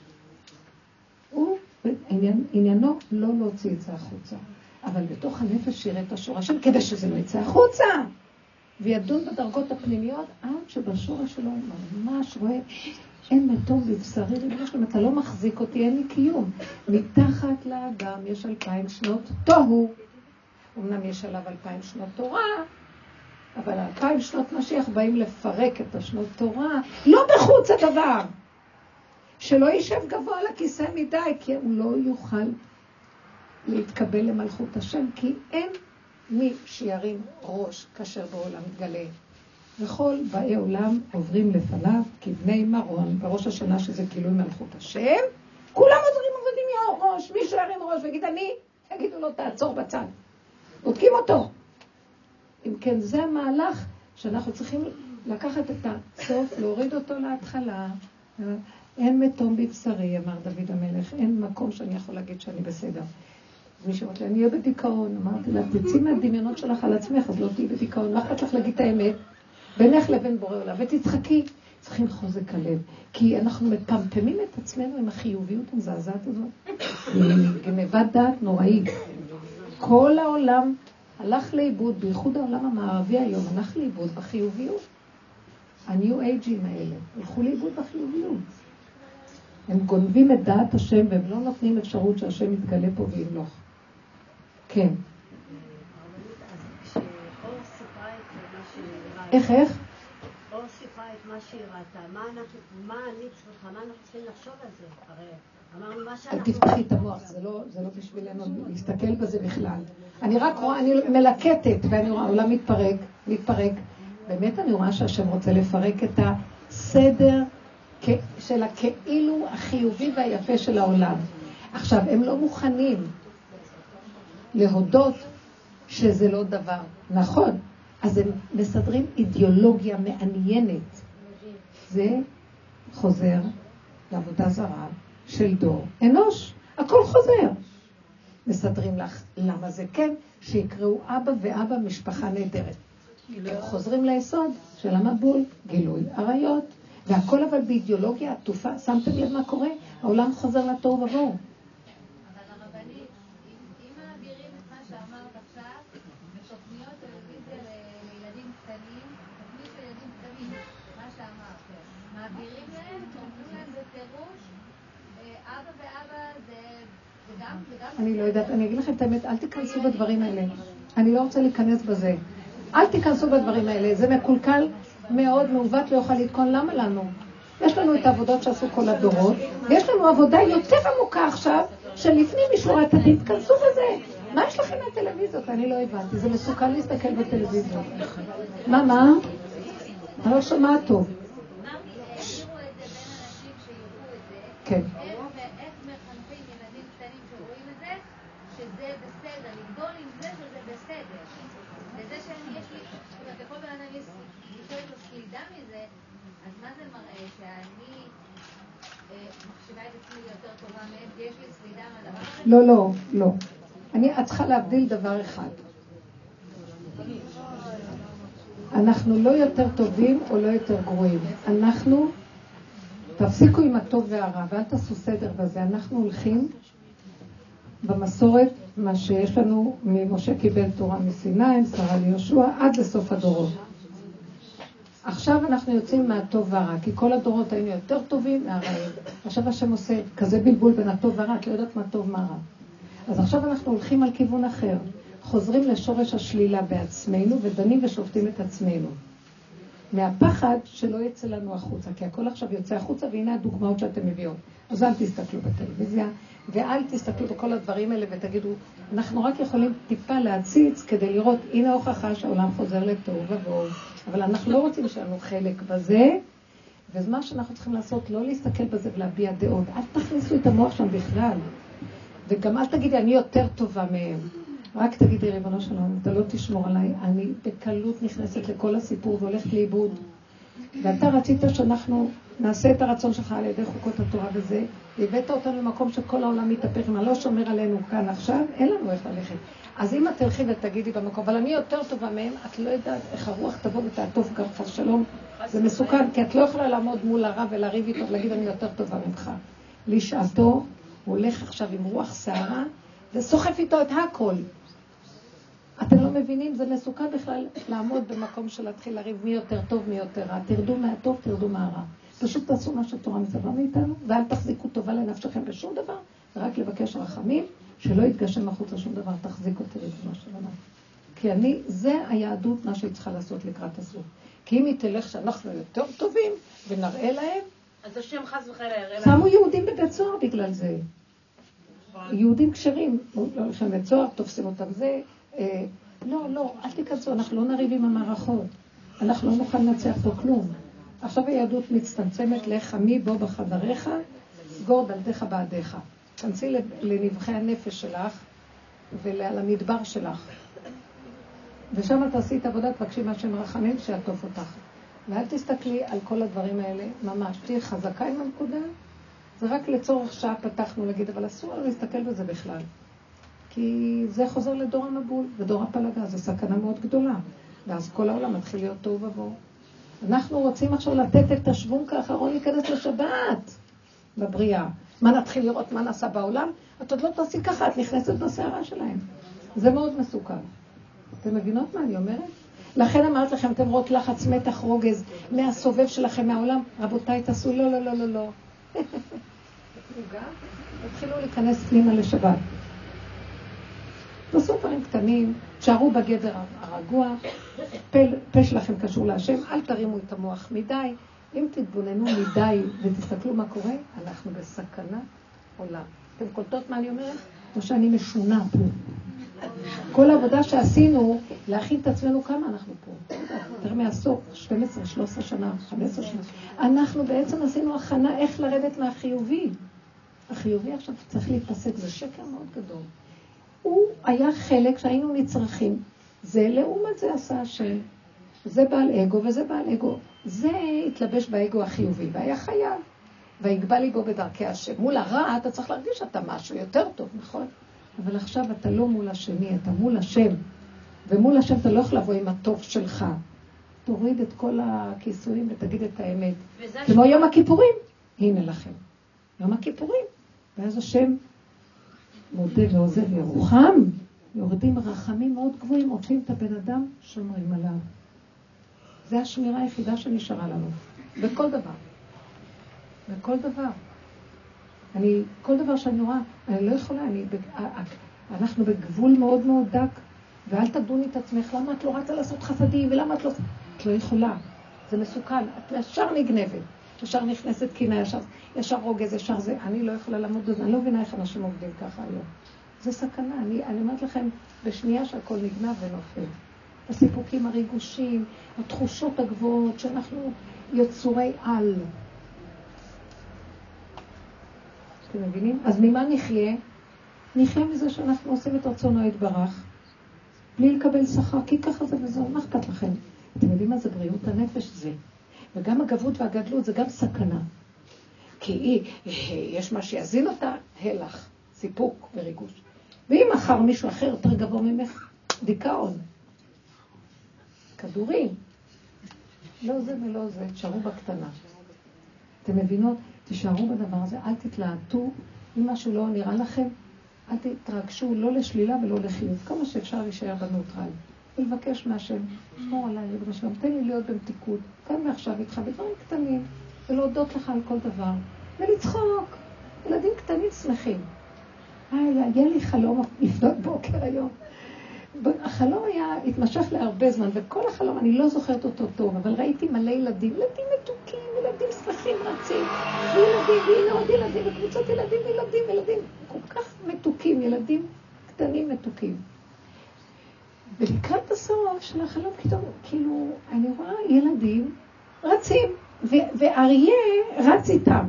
הוא, עניין, עניינו לא להוציא את זה החוצה. אבל בתוך הנפש יראה את השורשים כדי שזה לא יצא החוצה. וידון בדרגות הפנימיות עד שבשורש שלו ממש רואה אין מתום בבשרי ריבוש, אם אתה לא מחזיק אותי, אין לי קיום. מתחת לאדם יש אלפיים שנות תוהו. אמנם יש עליו אלפיים שנות תורה, אבל אלפיים שנות משיח באים לפרק את השנות תורה, לא בחוץ הדבר. שלא יישב גבוה על הכיסא מדי, כי הוא לא יוכל להתקבל למלכות השם, כי אין מי שירים ראש כאשר בעולם מתגלה. וכל באי עולם עוברים לפניו כבני מרון, בראש השנה שזה גילוי מלכות השם, כולם עוזרים עובדים יאו ראש, מישהו ירים ראש ויגיד אני, יגידו לו תעצור בצד. בודקים אותו. אם כן, זה המהלך שאנחנו צריכים לקחת את הסוף, להוריד אותו להתחלה. אין מתום בבשרי, אמר דוד המלך, אין מקום שאני יכול להגיד שאני בסדר. מי שאומרת לי, אני אהיה בדיכאון. אמרתי לה, תצאי מהדמיונות שלך על עצמך, אז לא תהיי בדיכאון. מה אכפת לך להגיד את האמת? בינך לבין בורא עולם, ותצחקי. צריכים חוזק הלב, כי אנחנו מפמפמים את עצמנו עם החיוביות המזעזעת הזאת. גנבת דעת נוראית. כל העולם הלך לאיבוד, בייחוד העולם המערבי היום, הלך לאיבוד בחיוביות. הניו אייג'ים האלה הלכו לאיבוד בחיוביות. הם גונבים את דעת השם והם לא נותנים אפשרות שהשם יתגלה פה וימלוך. כן. איך, איך? או סיפרה את מה שהיא ראתה, מה אנחנו, מה אני צריכה, מה אנחנו צריכים לחשוב על זה? הרי אמרנו מה שאנחנו... אל תפתחי את המוח, זה לא, זה לא בשבילנו להסתכל בזה בכלל. אני רק רואה, אני מלקטת, ואני רואה, העולם מתפרק, מתפרק. באמת אני רואה שהשם רוצה לפרק את הסדר של הכאילו החיובי והיפה של העולם. עכשיו, הם לא מוכנים להודות שזה לא דבר נכון. אז הם מסדרים אידיאולוגיה מעניינת. זה חוזר לעבודה זרה של דור אנוש. הכל חוזר. מסדרים לך למה זה כן, שיקראו אבא ואבא משפחה נהדרת. הם חוזרים ליסוד של המבול, גילוי עריות, והכל אבל באידיאולוגיה עטופה. שמתם לב מה קורה? העולם חוזר לתוהו ובוהו. אבל הרבנית, אם מעבירים את מה שאמרת עכשיו, בתוכניות טלוויזיה לילדים קטנים, תוכנית של ילדים קטנים, מה שאמרת, מעבירים להם, אומרים להם בפירוש, אבא ואבא זה גם, וגם... אני לא יודעת, אני אגיד לכם את האמת, אל תיכנסו בדברים האלה. אני לא רוצה להיכנס בזה. אל תיכנסו בדברים האלה, זה מקולקל מאוד, מעוות לא יוכל לתקון. למה לנו? יש לנו את העבודות שעשו כל הדורות, ויש לנו עבודה יותר עמוקה עכשיו, שלפני משורת הדין, תכנסו בזה. מה יש לכם מהטלוויזיות? אני לא הבנתי, זה מסוכן להסתכל בטלוויזיות. מה, מה? אני לא שומעת טוב. כן. איך מחנכים ילדים קטנים שרואים את זה, שזה בסדר, לגדול עם זה שזה בסדר. וזה שאני יש לי, זאת אומרת, לכל בן אדם יש לו סלידה מזה, אז מה זה מראה? שאני מחשיבה את עצמי יותר טובה מהם, כי יש לי סלידה מהדבר הזה? לא, לא, לא. אני, את צריכה להבדיל דבר אחד. אנחנו לא יותר טובים או לא יותר גרועים. אנחנו, תפסיקו עם הטוב והרע, ואל תעשו סדר בזה. אנחנו הולכים במסורת, מה שיש לנו ממשה קיבל תורה מסיני, שרה ליהושע, עד לסוף הדורות. עכשיו אנחנו יוצאים מהטוב והרע, כי כל הדורות היינו יותר טובים מהרעים. עכשיו השם עושה כזה בלבול בין הטוב והרע, את לא יודעת מה טוב מה רע. אז עכשיו אנחנו הולכים על כיוון אחר. חוזרים לשורש השלילה בעצמנו ודנים ושופטים את עצמנו. מהפחד שלא יצא לנו החוצה, כי הכל עכשיו יוצא החוצה, והנה הדוגמאות שאתם מביאות. אז אל תסתכלו בטלוויזיה, ואל תסתכלו בכל הדברים האלה ותגידו, אנחנו רק יכולים טיפה להציץ כדי לראות, הנה ההוכחה שהעולם חוזר לתוהו ובוהו. אבל אנחנו לא רוצים שיהיה חלק בזה, ומה שאנחנו צריכים לעשות, לא להסתכל בזה ולהביע דעות. אל תכניסו את המוח שם בכלל. וגם אל תגידי, אני יותר טובה מהם. רק תגידי, ריבונו שלום, אתה לא תשמור עליי, אני בקלות נכנסת לכל הסיפור והולכת לאיבוד. ואתה רצית שאנחנו נעשה את הרצון שלך על ידי חוקות התורה וזה, והבאת אותנו למקום שכל העולם מתהפך, אם אני לא שומר עלינו כאן עכשיו, אין לנו איך ללכת. אז אם את תלכי ותגידי במקום, אבל אני יותר טובה מהם, את לא יודעת איך הרוח תבוא ותעטוף גם חס שלום, זה מסוכן, כי את לא יכולה לעמוד מול הרב ולריב איתו ולהגיד, אני יותר טובה ממך. לשעתו, הוא הולך עכשיו עם רוח שערה, וסוחף איתו את הכל. אתם לא מבינים, זה מסוכן בכלל לעמוד במקום של להתחיל לריב מי יותר טוב, מי יותר רע. תרדו מהטוב, תרדו מהרע. פשוט תעשו מה שתורה מצווה מאיתנו, ואל תחזיקו טובה לנפשכם בשום דבר, רק לבקש רחמים, שלא יתגשם החוצה שום דבר, תחזיק אותי ריבונו של עולם. כי אני, זה היהדות מה שהיא צריכה לעשות לקראת הסוף. כי אם היא תלך שאנחנו יותר טובים ונראה להם, אז השם חס וחלילה יראה להם. שמו יהודים בבית סוהר בגלל זה. יהודים כשרים, לא הולכים בבית סוהר, תופסים אותם זה. אה, לא, לא, אל תיכנסו, אנחנו לא נריב עם המערכות. אנחנו לא נוכל לנצח פה כלום. עכשיו היהדות מצטמצמת לך מי בו בחדריך, סגור דלתך בעדיך. תכנסי לנבחי הנפש שלך ולמדבר שלך. ושם תעשי את עבודה, תבקשי מהשם רחמים שיעטוף אותך. ואל תסתכלי על כל הדברים האלה, ממש, תהיי חזקה עם הנקודה. זה רק לצורך שעה פתחנו להגיד, אבל אסור להסתכל בזה בכלל. כי זה חוזר לדור המבול, ודור הפלגה, זו סכנה מאוד גדולה. ואז כל העולם מתחיל להיות טוב ובוא. אנחנו רוצים עכשיו לתת את השוונק האחרון להיכנס לשבת בבריאה. מה נתחיל לראות מה נעשה בעולם? את עוד לא תעשי ככה, את נכנסת בסערה שלהם. זה מאוד מסוכן. אתם מבינות מה אני אומרת? לכן אמרת לכם, אתם רואות לחץ, מתח, רוגז, מהסובב שלכם מהעולם. רבותיי, תעשו לא, לא, לא, לא, לא. התחילו להיכנס פנימה לשבת. תעשו דברים קטנים, שערו בגדר הרגוע, פה שלכם קשור להשם, אל תרימו את המוח מדי. אם תתבוננו מדי ותסתכלו מה קורה, אנחנו בסכנה עולם. אתם קולטות מה אני אומרת? או שאני משונה פה. כל העבודה שעשינו, להכין את עצמנו כמה אנחנו פה. יותר מעשור, שתים עשרה, שלוש עשרה שנה, חמש עשרה שנה. אנחנו בעצם עשינו הכנה איך לרדת מהחיובי. החיובי עכשיו צריך להתפסק, זה שקר מאוד גדול. הוא היה חלק שהיינו נצרכים. זה לעומת זה עשה השם. זה בעל אגו וזה בעל אגו. זה התלבש באגו החיובי, והיה חייב. והגבה ליבו בדרכי השם. מול הרע אתה צריך להרגיש שאתה משהו יותר טוב, נכון? אבל עכשיו אתה לא מול השני, אתה מול השם. ומול השם אתה לא יכול לבוא עם הטוב שלך. תוריד את כל הכיסויים ותגיד את האמת. כמו יום הכיפורים. הנה לכם. יום הכיפורים. ואז השם מודה ועוזב ירוחם. יורדים רחמים מאוד גבוהים, עוטפים את הבן אדם, שומרים עליו. זה השמירה היחידה שנשארה לנו. בכל דבר. בכל דבר. אני, כל דבר שאני רואה, אני לא יכולה, אני, אנחנו בגבול מאוד מאוד דק, ואל תדוני את עצמך, למה את לא רצה לעשות חסדים, ולמה את לא... את לא יכולה. זה מסוכן, את ישר נגנבת, ישר נכנסת קינה, ישר, ישר רוגז, ישר זה. אני לא יכולה לעמוד בזה, אני לא מבינה איך אנשים עובדים ככה היום. זה סכנה, אני, אני אומרת לכם, בשנייה שהכל נגנב ונופל. הסיפוקים הריגושים, התחושות הגבוהות, שאנחנו יצורי על. אתם מבינים? אז ממה נחיה? נחיה מזה שאנחנו עושים את רצונו יתברך, בלי לקבל שכר, כי ככה זה וזהו, מה אכפת לכם? אתם יודעים מה זה בריאות הנפש? זה. וגם הגבות והגדלות זה גם סכנה. כי היא, יש מה שיזין אותה, הלך, סיפוק וריגוש. ואם אחר מישהו אחר יותר גבוה ממך, דיכאון. כדורים. לא זה ולא זה, תשארו בקטנה. אתם מבינות? תשארו בדבר הזה, אל תתלהטו, אם משהו לא נראה לכם, אל תתרגשו לא לשלילה ולא לחיוב, כמה שאפשר להישאר בנוטרל. ולבקש מהשם, שמור עליי, רגע שלום, תן לי להיות במתיקות, כאן ועכשיו איתך בדברים קטנים, ולהודות לך על כל דבר, ולצחוק, ילדים קטנים שמחים. היה לי חלום לפנות בוקר היום. החלום היה, התמשך להרבה זמן, וכל החלום, אני לא זוכרת אותו טוב, אבל ראיתי מלא ילדים, ילדים מתוקים, ילדים שמחים רצים, וילדים, והנה עוד ילדים, וקבוצות ילדים, ילדים, ילדים, כל כך מתוקים, ילדים קטנים מתוקים. ולקראת הסוף של החלום, כאילו, אני רואה ילדים רצים, ואריה רץ איתם.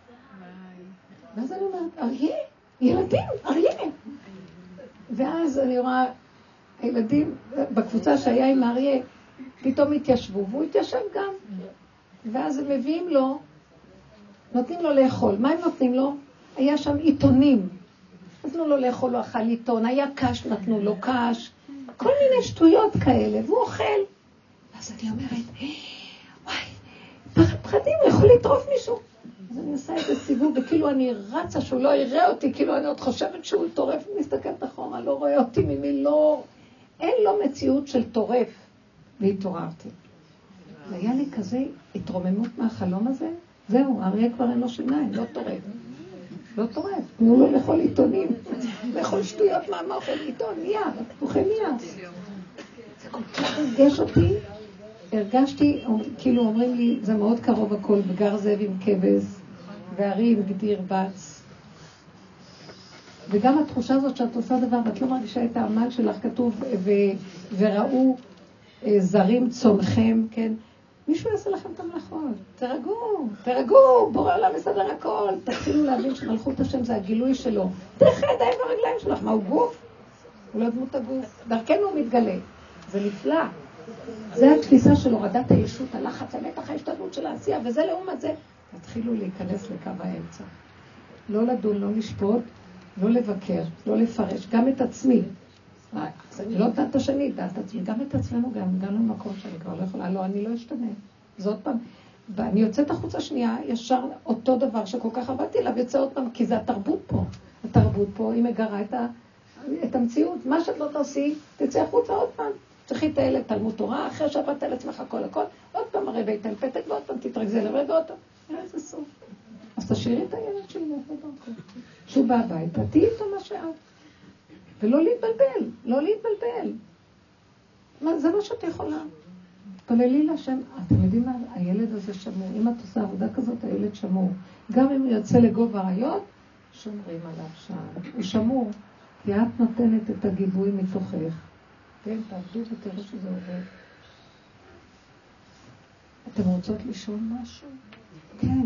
ואז אני אומרת, אריה? ילדים, אריה. ואז אני רואה, הילדים בקבוצה שהיה עם האריה, פתאום התיישבו, והוא התיישב גם. ואז הם מביאים לו, נותנים לו לאכול. מה הם נותנים לו? היה שם עיתונים. נתנו לו לאכול, הוא אכל עיתון. היה קש, נתנו לו קש. כל מיני שטויות כאלה, והוא אוכל. אז אני אומרת, וואי, פחדים, הוא יכול לטרוף מישהו. אז אני עושה איזה סיבוב, וכאילו אני רצה שהוא לא יראה אותי, כאילו אני עוד חושבת שהוא טורף, מסתכלת אחורה, לא רואה אותי ממי, לא... אין לו מציאות של טורף, והתעוררתי. והיה לי כזה התרוממות מהחלום הזה, זהו, האריה כבר אין לו שיניים, לא טורף. לא טורף, תנו לו לאכול עיתונים, לאכול שטויות, מה, מה אוכל עיתון, נייר, אוכל נייר. זה כל כך הרגש אותי, הרגשתי, כאילו אומרים לי, זה מאוד קרוב הכל, בגר זאב עם כבש, וארי עם גדיר בץ. וגם התחושה הזאת שאת עושה דבר, ואת לא מרגישה את העמל שלך, כתוב, ו, וראו זרים צומכם, כן? מישהו יעשה לכם את המלאכות. תרגעו, תרגעו, בורא עולם מסדר הכל. תתחילו להבין שמלכות השם זה הגילוי שלו. תלכי ידיים ברגליים שלך, מה הוא גוף? הוא לא דמות הגוף. דרכנו הוא מתגלה. זה נפלא. זה התפיסה של הורדת הישות, הלחץ, המתח, ההשתדלות של העשייה, וזה לעומת זה. תתחילו להיכנס לקו האמצע. לא לדון, לא לשפוט, לא לבקר, לא לפרש, גם את עצמי. אז אני לא דעת השני, דעת עצמי, גם את עצמנו גם, גם למקום שאני כבר לא יכולה, לא, אני לא אשתנה. זאת פעם, ואני יוצאת החוצה שנייה, ישר אותו דבר שכל כך עבדתי אליו, יוצא עוד פעם, כי זה התרבות פה. התרבות פה, היא מגרה את, ה, את המציאות. מה שאת לא תעשי, תצא החוצה עוד פעם. צריכי את הילד תלמוד תורה, אחרי שעבדת על עצמך הכל הכל, עוד פעם הרי ביתן פתק, ועוד פעם תתרכזי לב ועוד פעם. איזה סוף. אז תשאירי את הילד שלי, שהוא בא הביתה, תהי איתו מה שאת. ולא להתבלבל, לא להתבלבל. מה, זה מה שאת יכולה. תפללי להשם, אתם יודעים מה? הילד הזה שמור. אם את עושה עבודה כזאת, הילד שמור. גם אם הוא יוצא לגובה הרעיון, שומרים עליו שם. הוא שמור. כי את נותנת את הגיבוי מתוכך. כן, תעבדו ותראו שזה עובד. אתם רוצות לשאול משהו? כן.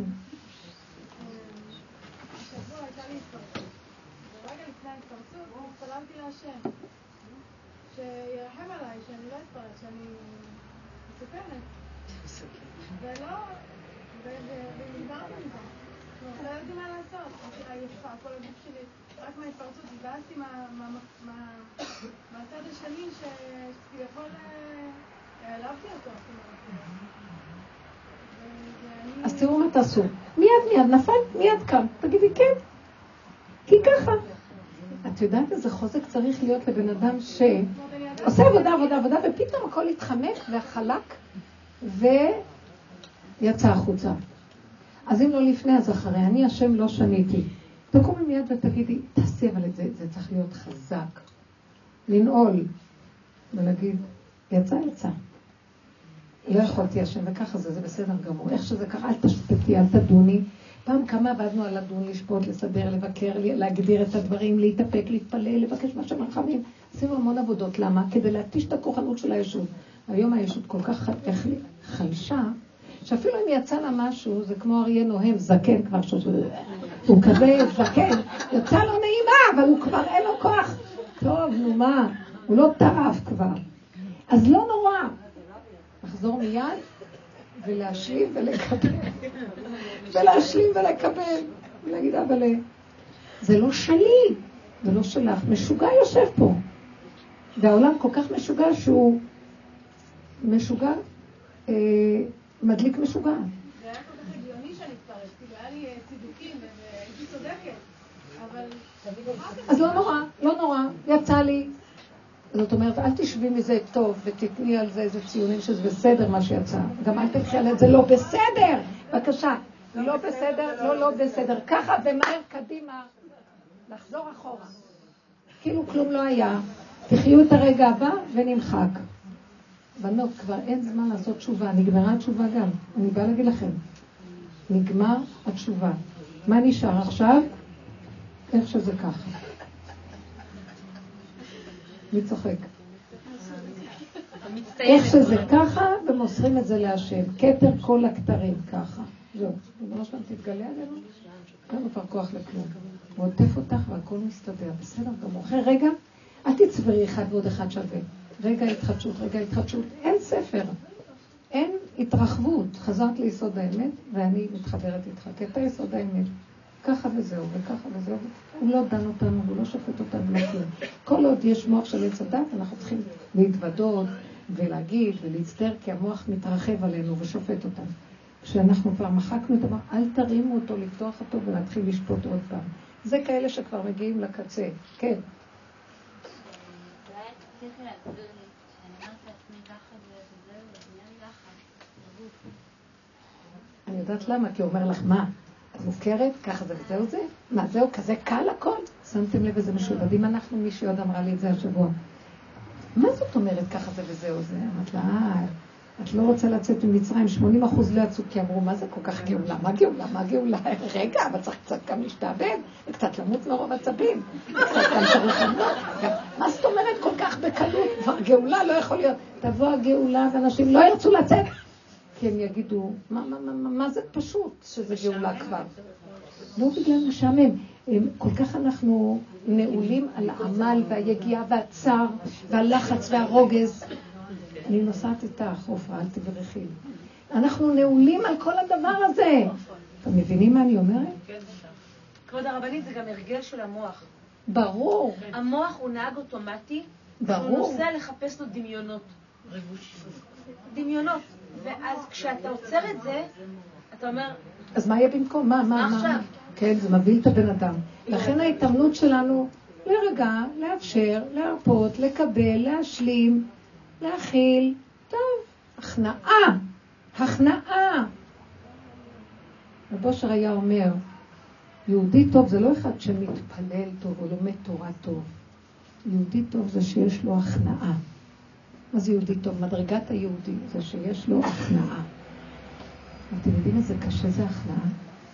השבוע הייתה לי התפרצות. ורגע לפני ההתפרצות, התפללתי להשם. שירחם עליי, שאני לא אתפרץ, שאני מסוכנת. ולא, ונגמרנו מזה. זאת אומרת, לא יודעים מה לעשות. הייתי עייפה, כל הגוף שלי, רק מההתפרצות, התבאסתי מהצד השני שכביכול העלבתי אותו. אז תראו מה תעשו. מיד מיד נפל, מיד קם. תגידי כן. כי ככה. את יודעת איזה חוזק צריך להיות לבן אדם שעושה עבודה, עבודה, עבודה, ופתאום הכל התחמק והחלק ויצא החוצה. אז אם לא לפני, אז אחרי. אני השם לא שניתי. תקומי מיד ותגידי, תעשי אבל את זה, זה צריך להיות חזק. לנעול ולהגיד, יצא, יצא. לא יכולתי השם, וככה זה, זה בסדר גמור. איך שזה ככה, אל תשפטי, אל תדוני. פעם כמה עבדנו על לדון, לשפוט, לסדר, לבקר, להגדיר את הדברים, להתאפק, להתפלל, לבקש מה שמרחמים. עשינו המון עבודות. למה? כדי להתיש את הכוחנות של הישות. היום הישות כל כך חלשה, שאפילו אם יצא לה משהו, זה כמו אריה נוהם, זקן כבר, הוא כזה זקן, יוצא לו נעימה, אבל הוא כבר אין לו כוח. טוב, נו מה, הוא לא טרף כבר. אז לא נורא. לחזור מיד ולהשלים ולקבל. ולהשלים ולקבל. ולהגיד, אבל זה לא שלי, זה לא שלך. משוגע יושב פה. והעולם כל כך משוגע שהוא משוגע, אה, מדליק משוגע. זה היה כל כך הגיוני שאני אתפרץ, כאילו היה לי צידוקים והייתי צודקת, אבל... אז לא נורא, לא נורא, יצא לי. זאת אומרת, אל תשבי מזה טוב ותתני על זה איזה ציונים שזה בסדר מה שיצא. גם אל תקחי על זה לא בסדר. בבקשה, לא בסדר, לא לא בסדר. ככה ומהר קדימה, לחזור אחורה. כאילו כלום לא היה. תחיו את הרגע הבא ונמחק. בנות, כבר אין זמן לעשות תשובה. נגמרה התשובה גם. אני באה להגיד לכם. נגמר התשובה. מה נשאר עכשיו? איך שזה ככה. מי צוחק? איך שזה ככה, ומוסרים את זה להשם. כתר כל הכתרים, ככה. זהו. אמרו שלנו, תתגלה עלינו. אין לו כבר כוח לכלום. הוא עוטף אותך והכל מסתדר. בסדר גמור. אחרי רגע, אל תצברי אחד ועוד אחד שווה. רגע התחדשות, רגע התחדשות. אין ספר. אין התרחבות. חזרת ליסוד האמת, ואני מתחברת איתך. כי אתה יסוד האמת. ככה וזהו, וככה וזהו. הוא לא דן אותנו, הוא לא שופט אותנו, לא כלום. כל עוד יש מוח של עץ הדת, אנחנו צריכים להתוודות ולהגיד ולהצטער, כי המוח מתרחב עלינו ושופט אותנו. כשאנחנו כבר מחקנו את המוח, אל תרימו אותו, לפתוח אותו ולהתחיל לשפוט עוד פעם. זה כאלה שכבר מגיעים לקצה. כן. אולי תצליחי להסביר לי, שאני אומרת לעצמי ככה וזהו, ונהיה לי לחץ. אני יודעת למה, כי הוא אומר לך, מה? את מוכרת? ככה זה וזהו זה? מה, זהו כזה קל הכל? שמתם לב איזה משובדים אנחנו, מישהי עוד אמרה לי את זה השבוע. מה זאת אומרת ככה זה וזהו זה? אמרת לה, אה, את לא רוצה לצאת ממצרים, שמונים אחוז לא יצאו, כי אמרו, מה זה כל כך גאולה? מה גאולה? מה גאולה? רגע, אבל צריך קצת גם להשתעבד, וקצת למות מרוב עצבים. קצת גם צריך למות. מה זאת אומרת כל כך בקלות? כבר גאולה לא יכול להיות. תבוא הגאולה, ואנשים לא ירצו לצאת. כי הם יגידו, מה, מה, מה, מה זה פשוט שזה גאולה כבר? לא בגלל משעמם. כל כך אנחנו נעולים על העמל והיגיעה והצער והלחץ והרוגז. אני נוסעת איתך, עופרה, אל תברכי. אנחנו נעולים על כל הדבר הזה. אתם מבינים מה אני אומרת? כבוד הרבנית, זה גם הרגל של המוח. ברור. המוח הוא נהג אוטומטי, ברור. שהוא נוסע לחפש לו דמיונות. דמיונות. ואז כשאתה עוצר את זה, אתה אומר... אז מה יהיה במקום? מה, מה, מה? עכשיו? כן, זה מביא את הבן אדם. לכן ההתאמנות שלנו לרגע, לאפשר, להרפות, לקבל, להשלים, להכיל. טוב, הכנעה, הכנעה. רב אושר היה אומר, יהודי טוב זה לא אחד שמתפלל טוב או לומד תורה טוב. יהודי טוב זה שיש לו הכנעה. מה זה יהודי טוב? מדרגת היהודי זה שיש לו הכנעה. אתם יודעים איזה קשה זה הכנעה?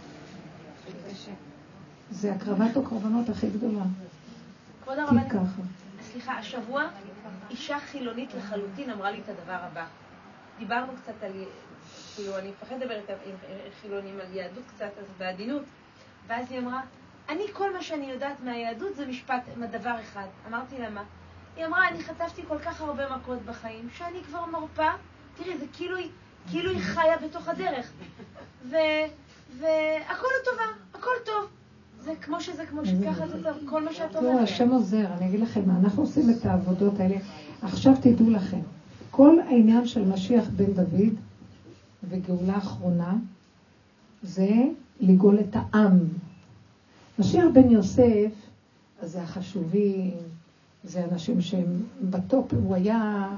זה הקרבת או קרבנות הכי גדולה. כבוד הרבנית, ככה. סליחה, השבוע אישה חילונית לחלוטין אמרה לי את הדבר הבא. דיברנו קצת על, כאילו אני מפחד לדבר עם חילונים על יהדות קצת, אז בעדינות. ואז היא אמרה, אני כל מה שאני יודעת מהיהדות זה משפט, דבר אחד. אמרתי לה מה? היא אמרה, אני חטפתי כל כך הרבה מכות בחיים, שאני כבר מרפה, תראי, זה כאילו, כאילו היא חיה בתוך הדרך. ו, והכל לטובה, הכל טוב. זה כמו שזה, כמו שככה זה טוב, כל מה שאת אומרת. תראו, השם עוזר, אני אגיד לכם מה, אנחנו עושים את העבודות האלה. עכשיו תדעו לכם, כל העניין של משיח בן דוד וגאולה האחרונה, זה לגאול את העם. משיח בן יוסף, אז זה החשובים, זה אנשים שהם בטופ, הוא היה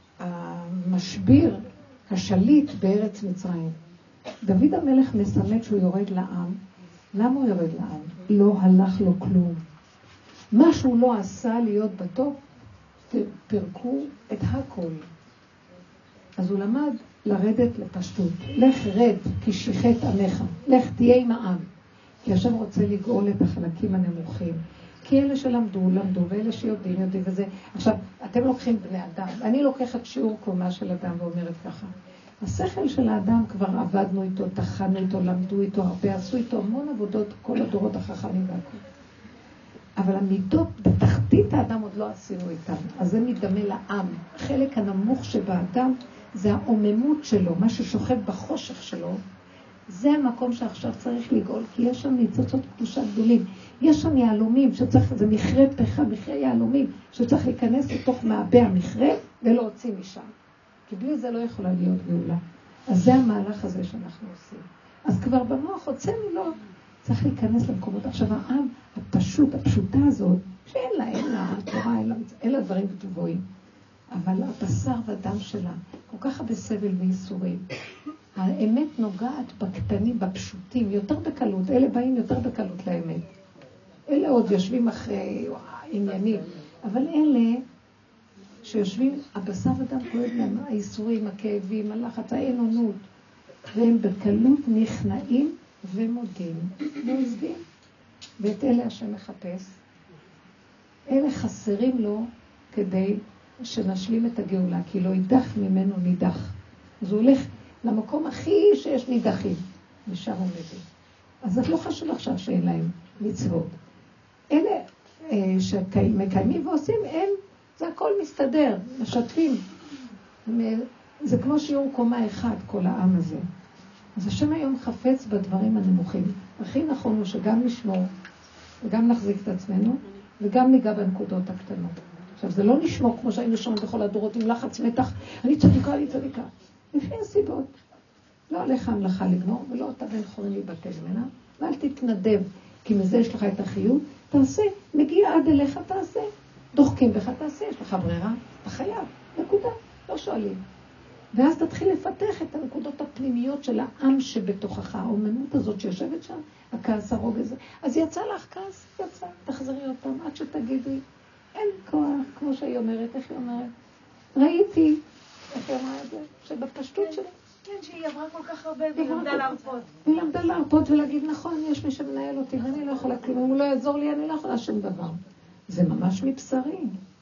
המשביר, השליט בארץ מצרים. דוד המלך מסמל שהוא יורד לעם. למה הוא יורד לעם? לא הלך לו כלום. מה שהוא לא עשה להיות בטופ, פרקו את הכל. אז הוא למד לרדת לפשטות. לך רד, כי שיחת עמך. לך תהיה עם העם. כי השם רוצה לגאול את החלקים הנמוכים. כי אלה שלמדו, למדו, ואלה שיודעים, יודעים וזה. עכשיו, אתם לוקחים בני אדם. אני לוקחת שיעור קומה של אדם ואומרת ככה. השכל של האדם כבר עבדנו איתו, תחנו איתו, למדו איתו הרבה, עשו איתו המון עבודות, כל הדורות החכמים והכל. אבל המידות בתחתית האדם עוד לא עשינו איתם. אז זה מדמה לעם. החלק הנמוך שבאדם זה העוממות שלו, מה ששוכב בחושך שלו. זה המקום שעכשיו צריך לגאול, כי יש שם ניצוצות קדושה גדולים. יש שם יעלומים שצריך, זה מכרה פחה, מכרה יעלומים, שצריך להיכנס לתוך מעבה המכרה ולהוציא משם. כי בלי זה לא יכולה להיות גאולה. אז זה המהלך הזה שאנחנו עושים. אז כבר במוח הוצאנו לו, צריך להיכנס למקומות. עכשיו העם הפשוט, הפשוטה הזאת, שאין לה, אין לה תורה, אין לה, אין לה דברים גבוהים. אבל הבשר והדם שלה, כל כך הרבה סבל וייסורים. האמת נוגעת בקטנים, בפשוטים, יותר בקלות. אלה באים יותר בקלות לאמת. אלה עוד יושבים אחרי עניינים. אבל אלה שיושבים, הבשר ודם כואב להם, הייסורים, הכאבים, הלחץ, האינונות. והם בקלות נכנעים ומודים ועוזבים. ואת אלה השם מחפש. אלה חסרים לו כדי שנשלים את הגאולה, כי לא יידח ממנו נידח. אז הוא הולך למקום הכי שיש נידחים, ושם הוא מבין. אז זה לא חשוב עכשיו שאין להם מצוות. אלה אה, שמקיימים ועושים, הם, זה הכל מסתדר, משתפים. זה כמו שיעור קומה אחד, כל העם הזה. אז השם היום חפץ בדברים הנמוכים. הכי נכון הוא שגם נשמור, וגם נחזיק את עצמנו, וגם ניגע בנקודות הקטנות. עכשיו, זה לא נשמור כמו שהיינו שומעים בכל הדורות עם לחץ מתח, אני צדיקה, אני צדיקה. לפי הסיבות. לא עליך המלאכה לגמור, ולא אתה בן חורין להיבטל ממנה, ואל תתנדב, כי מזה יש לך את החיות, תעשה, מגיע עד אליך, תעשה. דוחקים בך, תעשה, יש לך ברירה, אתה חייב, נקודה, לא שואלים. ואז תתחיל לפתח את הנקודות הפנימיות של העם שבתוכך, האומנות הזאת שיושבת שם, הכעס הרוג הזה. אז יצא לך כעס, יצא, תחזרי אותם, עד שתגידי, אין כוח, כמו שהיא אומרת, איך היא אומרת? ראיתי, איך היא אמרה את זה? שבפשטות שלה. כן, שהיא עברה כל כך הרבה והיא למדה להרפות. היא למדה להרפות ולהגיד, נכון, יש מי שמנהל אותי, ואני לא יכולה כלום, אם הוא לא יעזור לי, אני לא יכולה שום דבר. זה ממש מבשרי.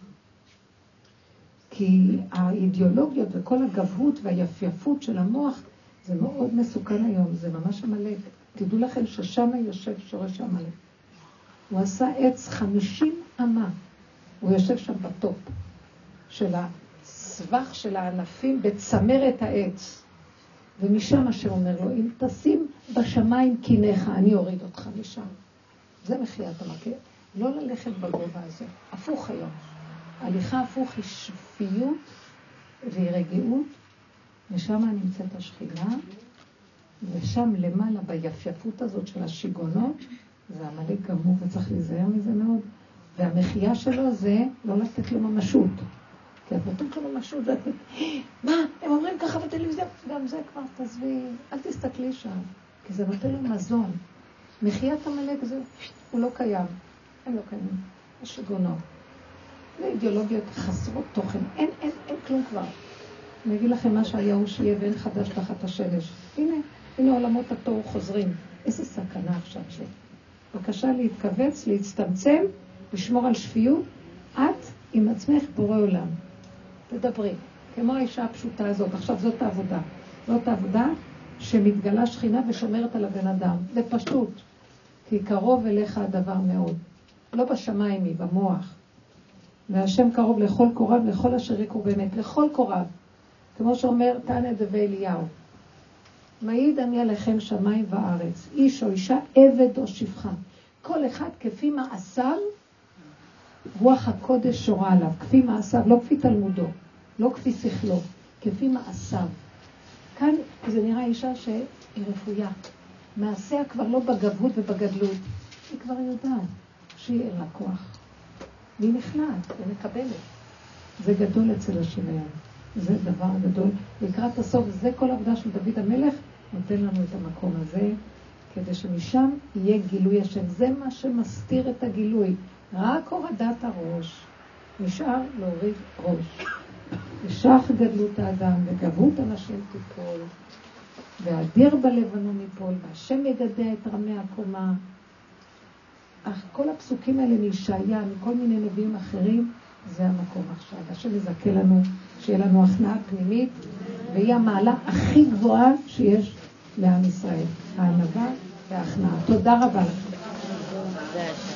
כי האידיאולוגיות וכל הגבהות והיפייפות של המוח, זה מאוד מסוכן היום, זה ממש המלך. תדעו לכם ששם יושב שורש המלך. הוא עשה עץ חמישים אמה. הוא יושב שם בטופ של הסבך של הענפים בצמרת העץ. ומשם השם אומר לו, אם תשים בשמיים קיניך, אני אוריד אותך משם. זה מחיית המכה. לא ללכת בגובה הזה. הפוך היום. הליכה הפוך היא שפיות והיא רגיעות, ושם נמצאת השכינה, ושם למעלה ביפייפות הזאת של השיגונות, זה המלך גמור וצריך להיזהר מזה מאוד, והמחייה שלו זה לא לתת לו ממשות. כי את נותנת לו ממשות ואת אומרת, מה? הם אומרים ככה בטלוויזיה? גם זה כבר תעזבי, אל תסתכלי שם, כי זה נותן לו מזון. מחיית המלך זה, הוא לא קיים, הם לא קיימים, השיגונות. זה אידיאולוגיות חסרות תוכן, אין, אין, אין כלום כבר. אני אגיד לכם מה שהיה הוא שיהיה ואין חדש תחת השמש. הנה, הנה עולמות התוהו חוזרים. איזה סכנה עכשיו זה. בבקשה להתכווץ, להצטמצם, לשמור על שפיות. את עם עצמך בורא עולם. תדברי. כמו האישה הפשוטה הזאת. עכשיו זאת העבודה. זאת העבודה שמתגלה שכינה ושומרת על הבן אדם. בפשטות. כי קרוב אליך הדבר מאוד. לא בשמיים היא, במוח. והשם קרוב לכל קורב, לכל אשר יקרו באמת, לכל קורב. כמו שאומר תנא דבי אליהו. מעיד אני עליכם שמיים וארץ, איש או אישה, עבד או שפחה. כל אחד כפי מעשיו, רוח הקודש שורה עליו, כפי מעשיו, לא כפי תלמודו, לא כפי שכלו, כפי מעשיו. כאן זה נראה אישה שהיא רפויה. מעשיה כבר לא בגבות ובגדלות. היא כבר יודעת שהיא אין לה כוח. והיא נכנעת ומקבלת. זה גדול אצל השוויון. זה דבר גדול. לקראת הסוף, זה כל העבודה של דוד המלך, נותן לנו את המקום הזה, כדי שמשם יהיה גילוי השם. זה מה שמסתיר את הגילוי. רק הורדת הראש. נשאר להוריד ראש. ושך גדלות האדם וגבות אנשים תיפול. והאדיר בלבנון ייפול. והשם יגדע את רמי הקומה. אך כל הפסוקים האלה מישעיה, מכל מיני נביאים אחרים, זה המקום עכשיו. השם יזכה לנו, שיהיה לנו הכנעה פנימית, והיא המעלה הכי גבוהה שיש לעם ישראל. הענווה וההכנעה. תודה רבה לכם.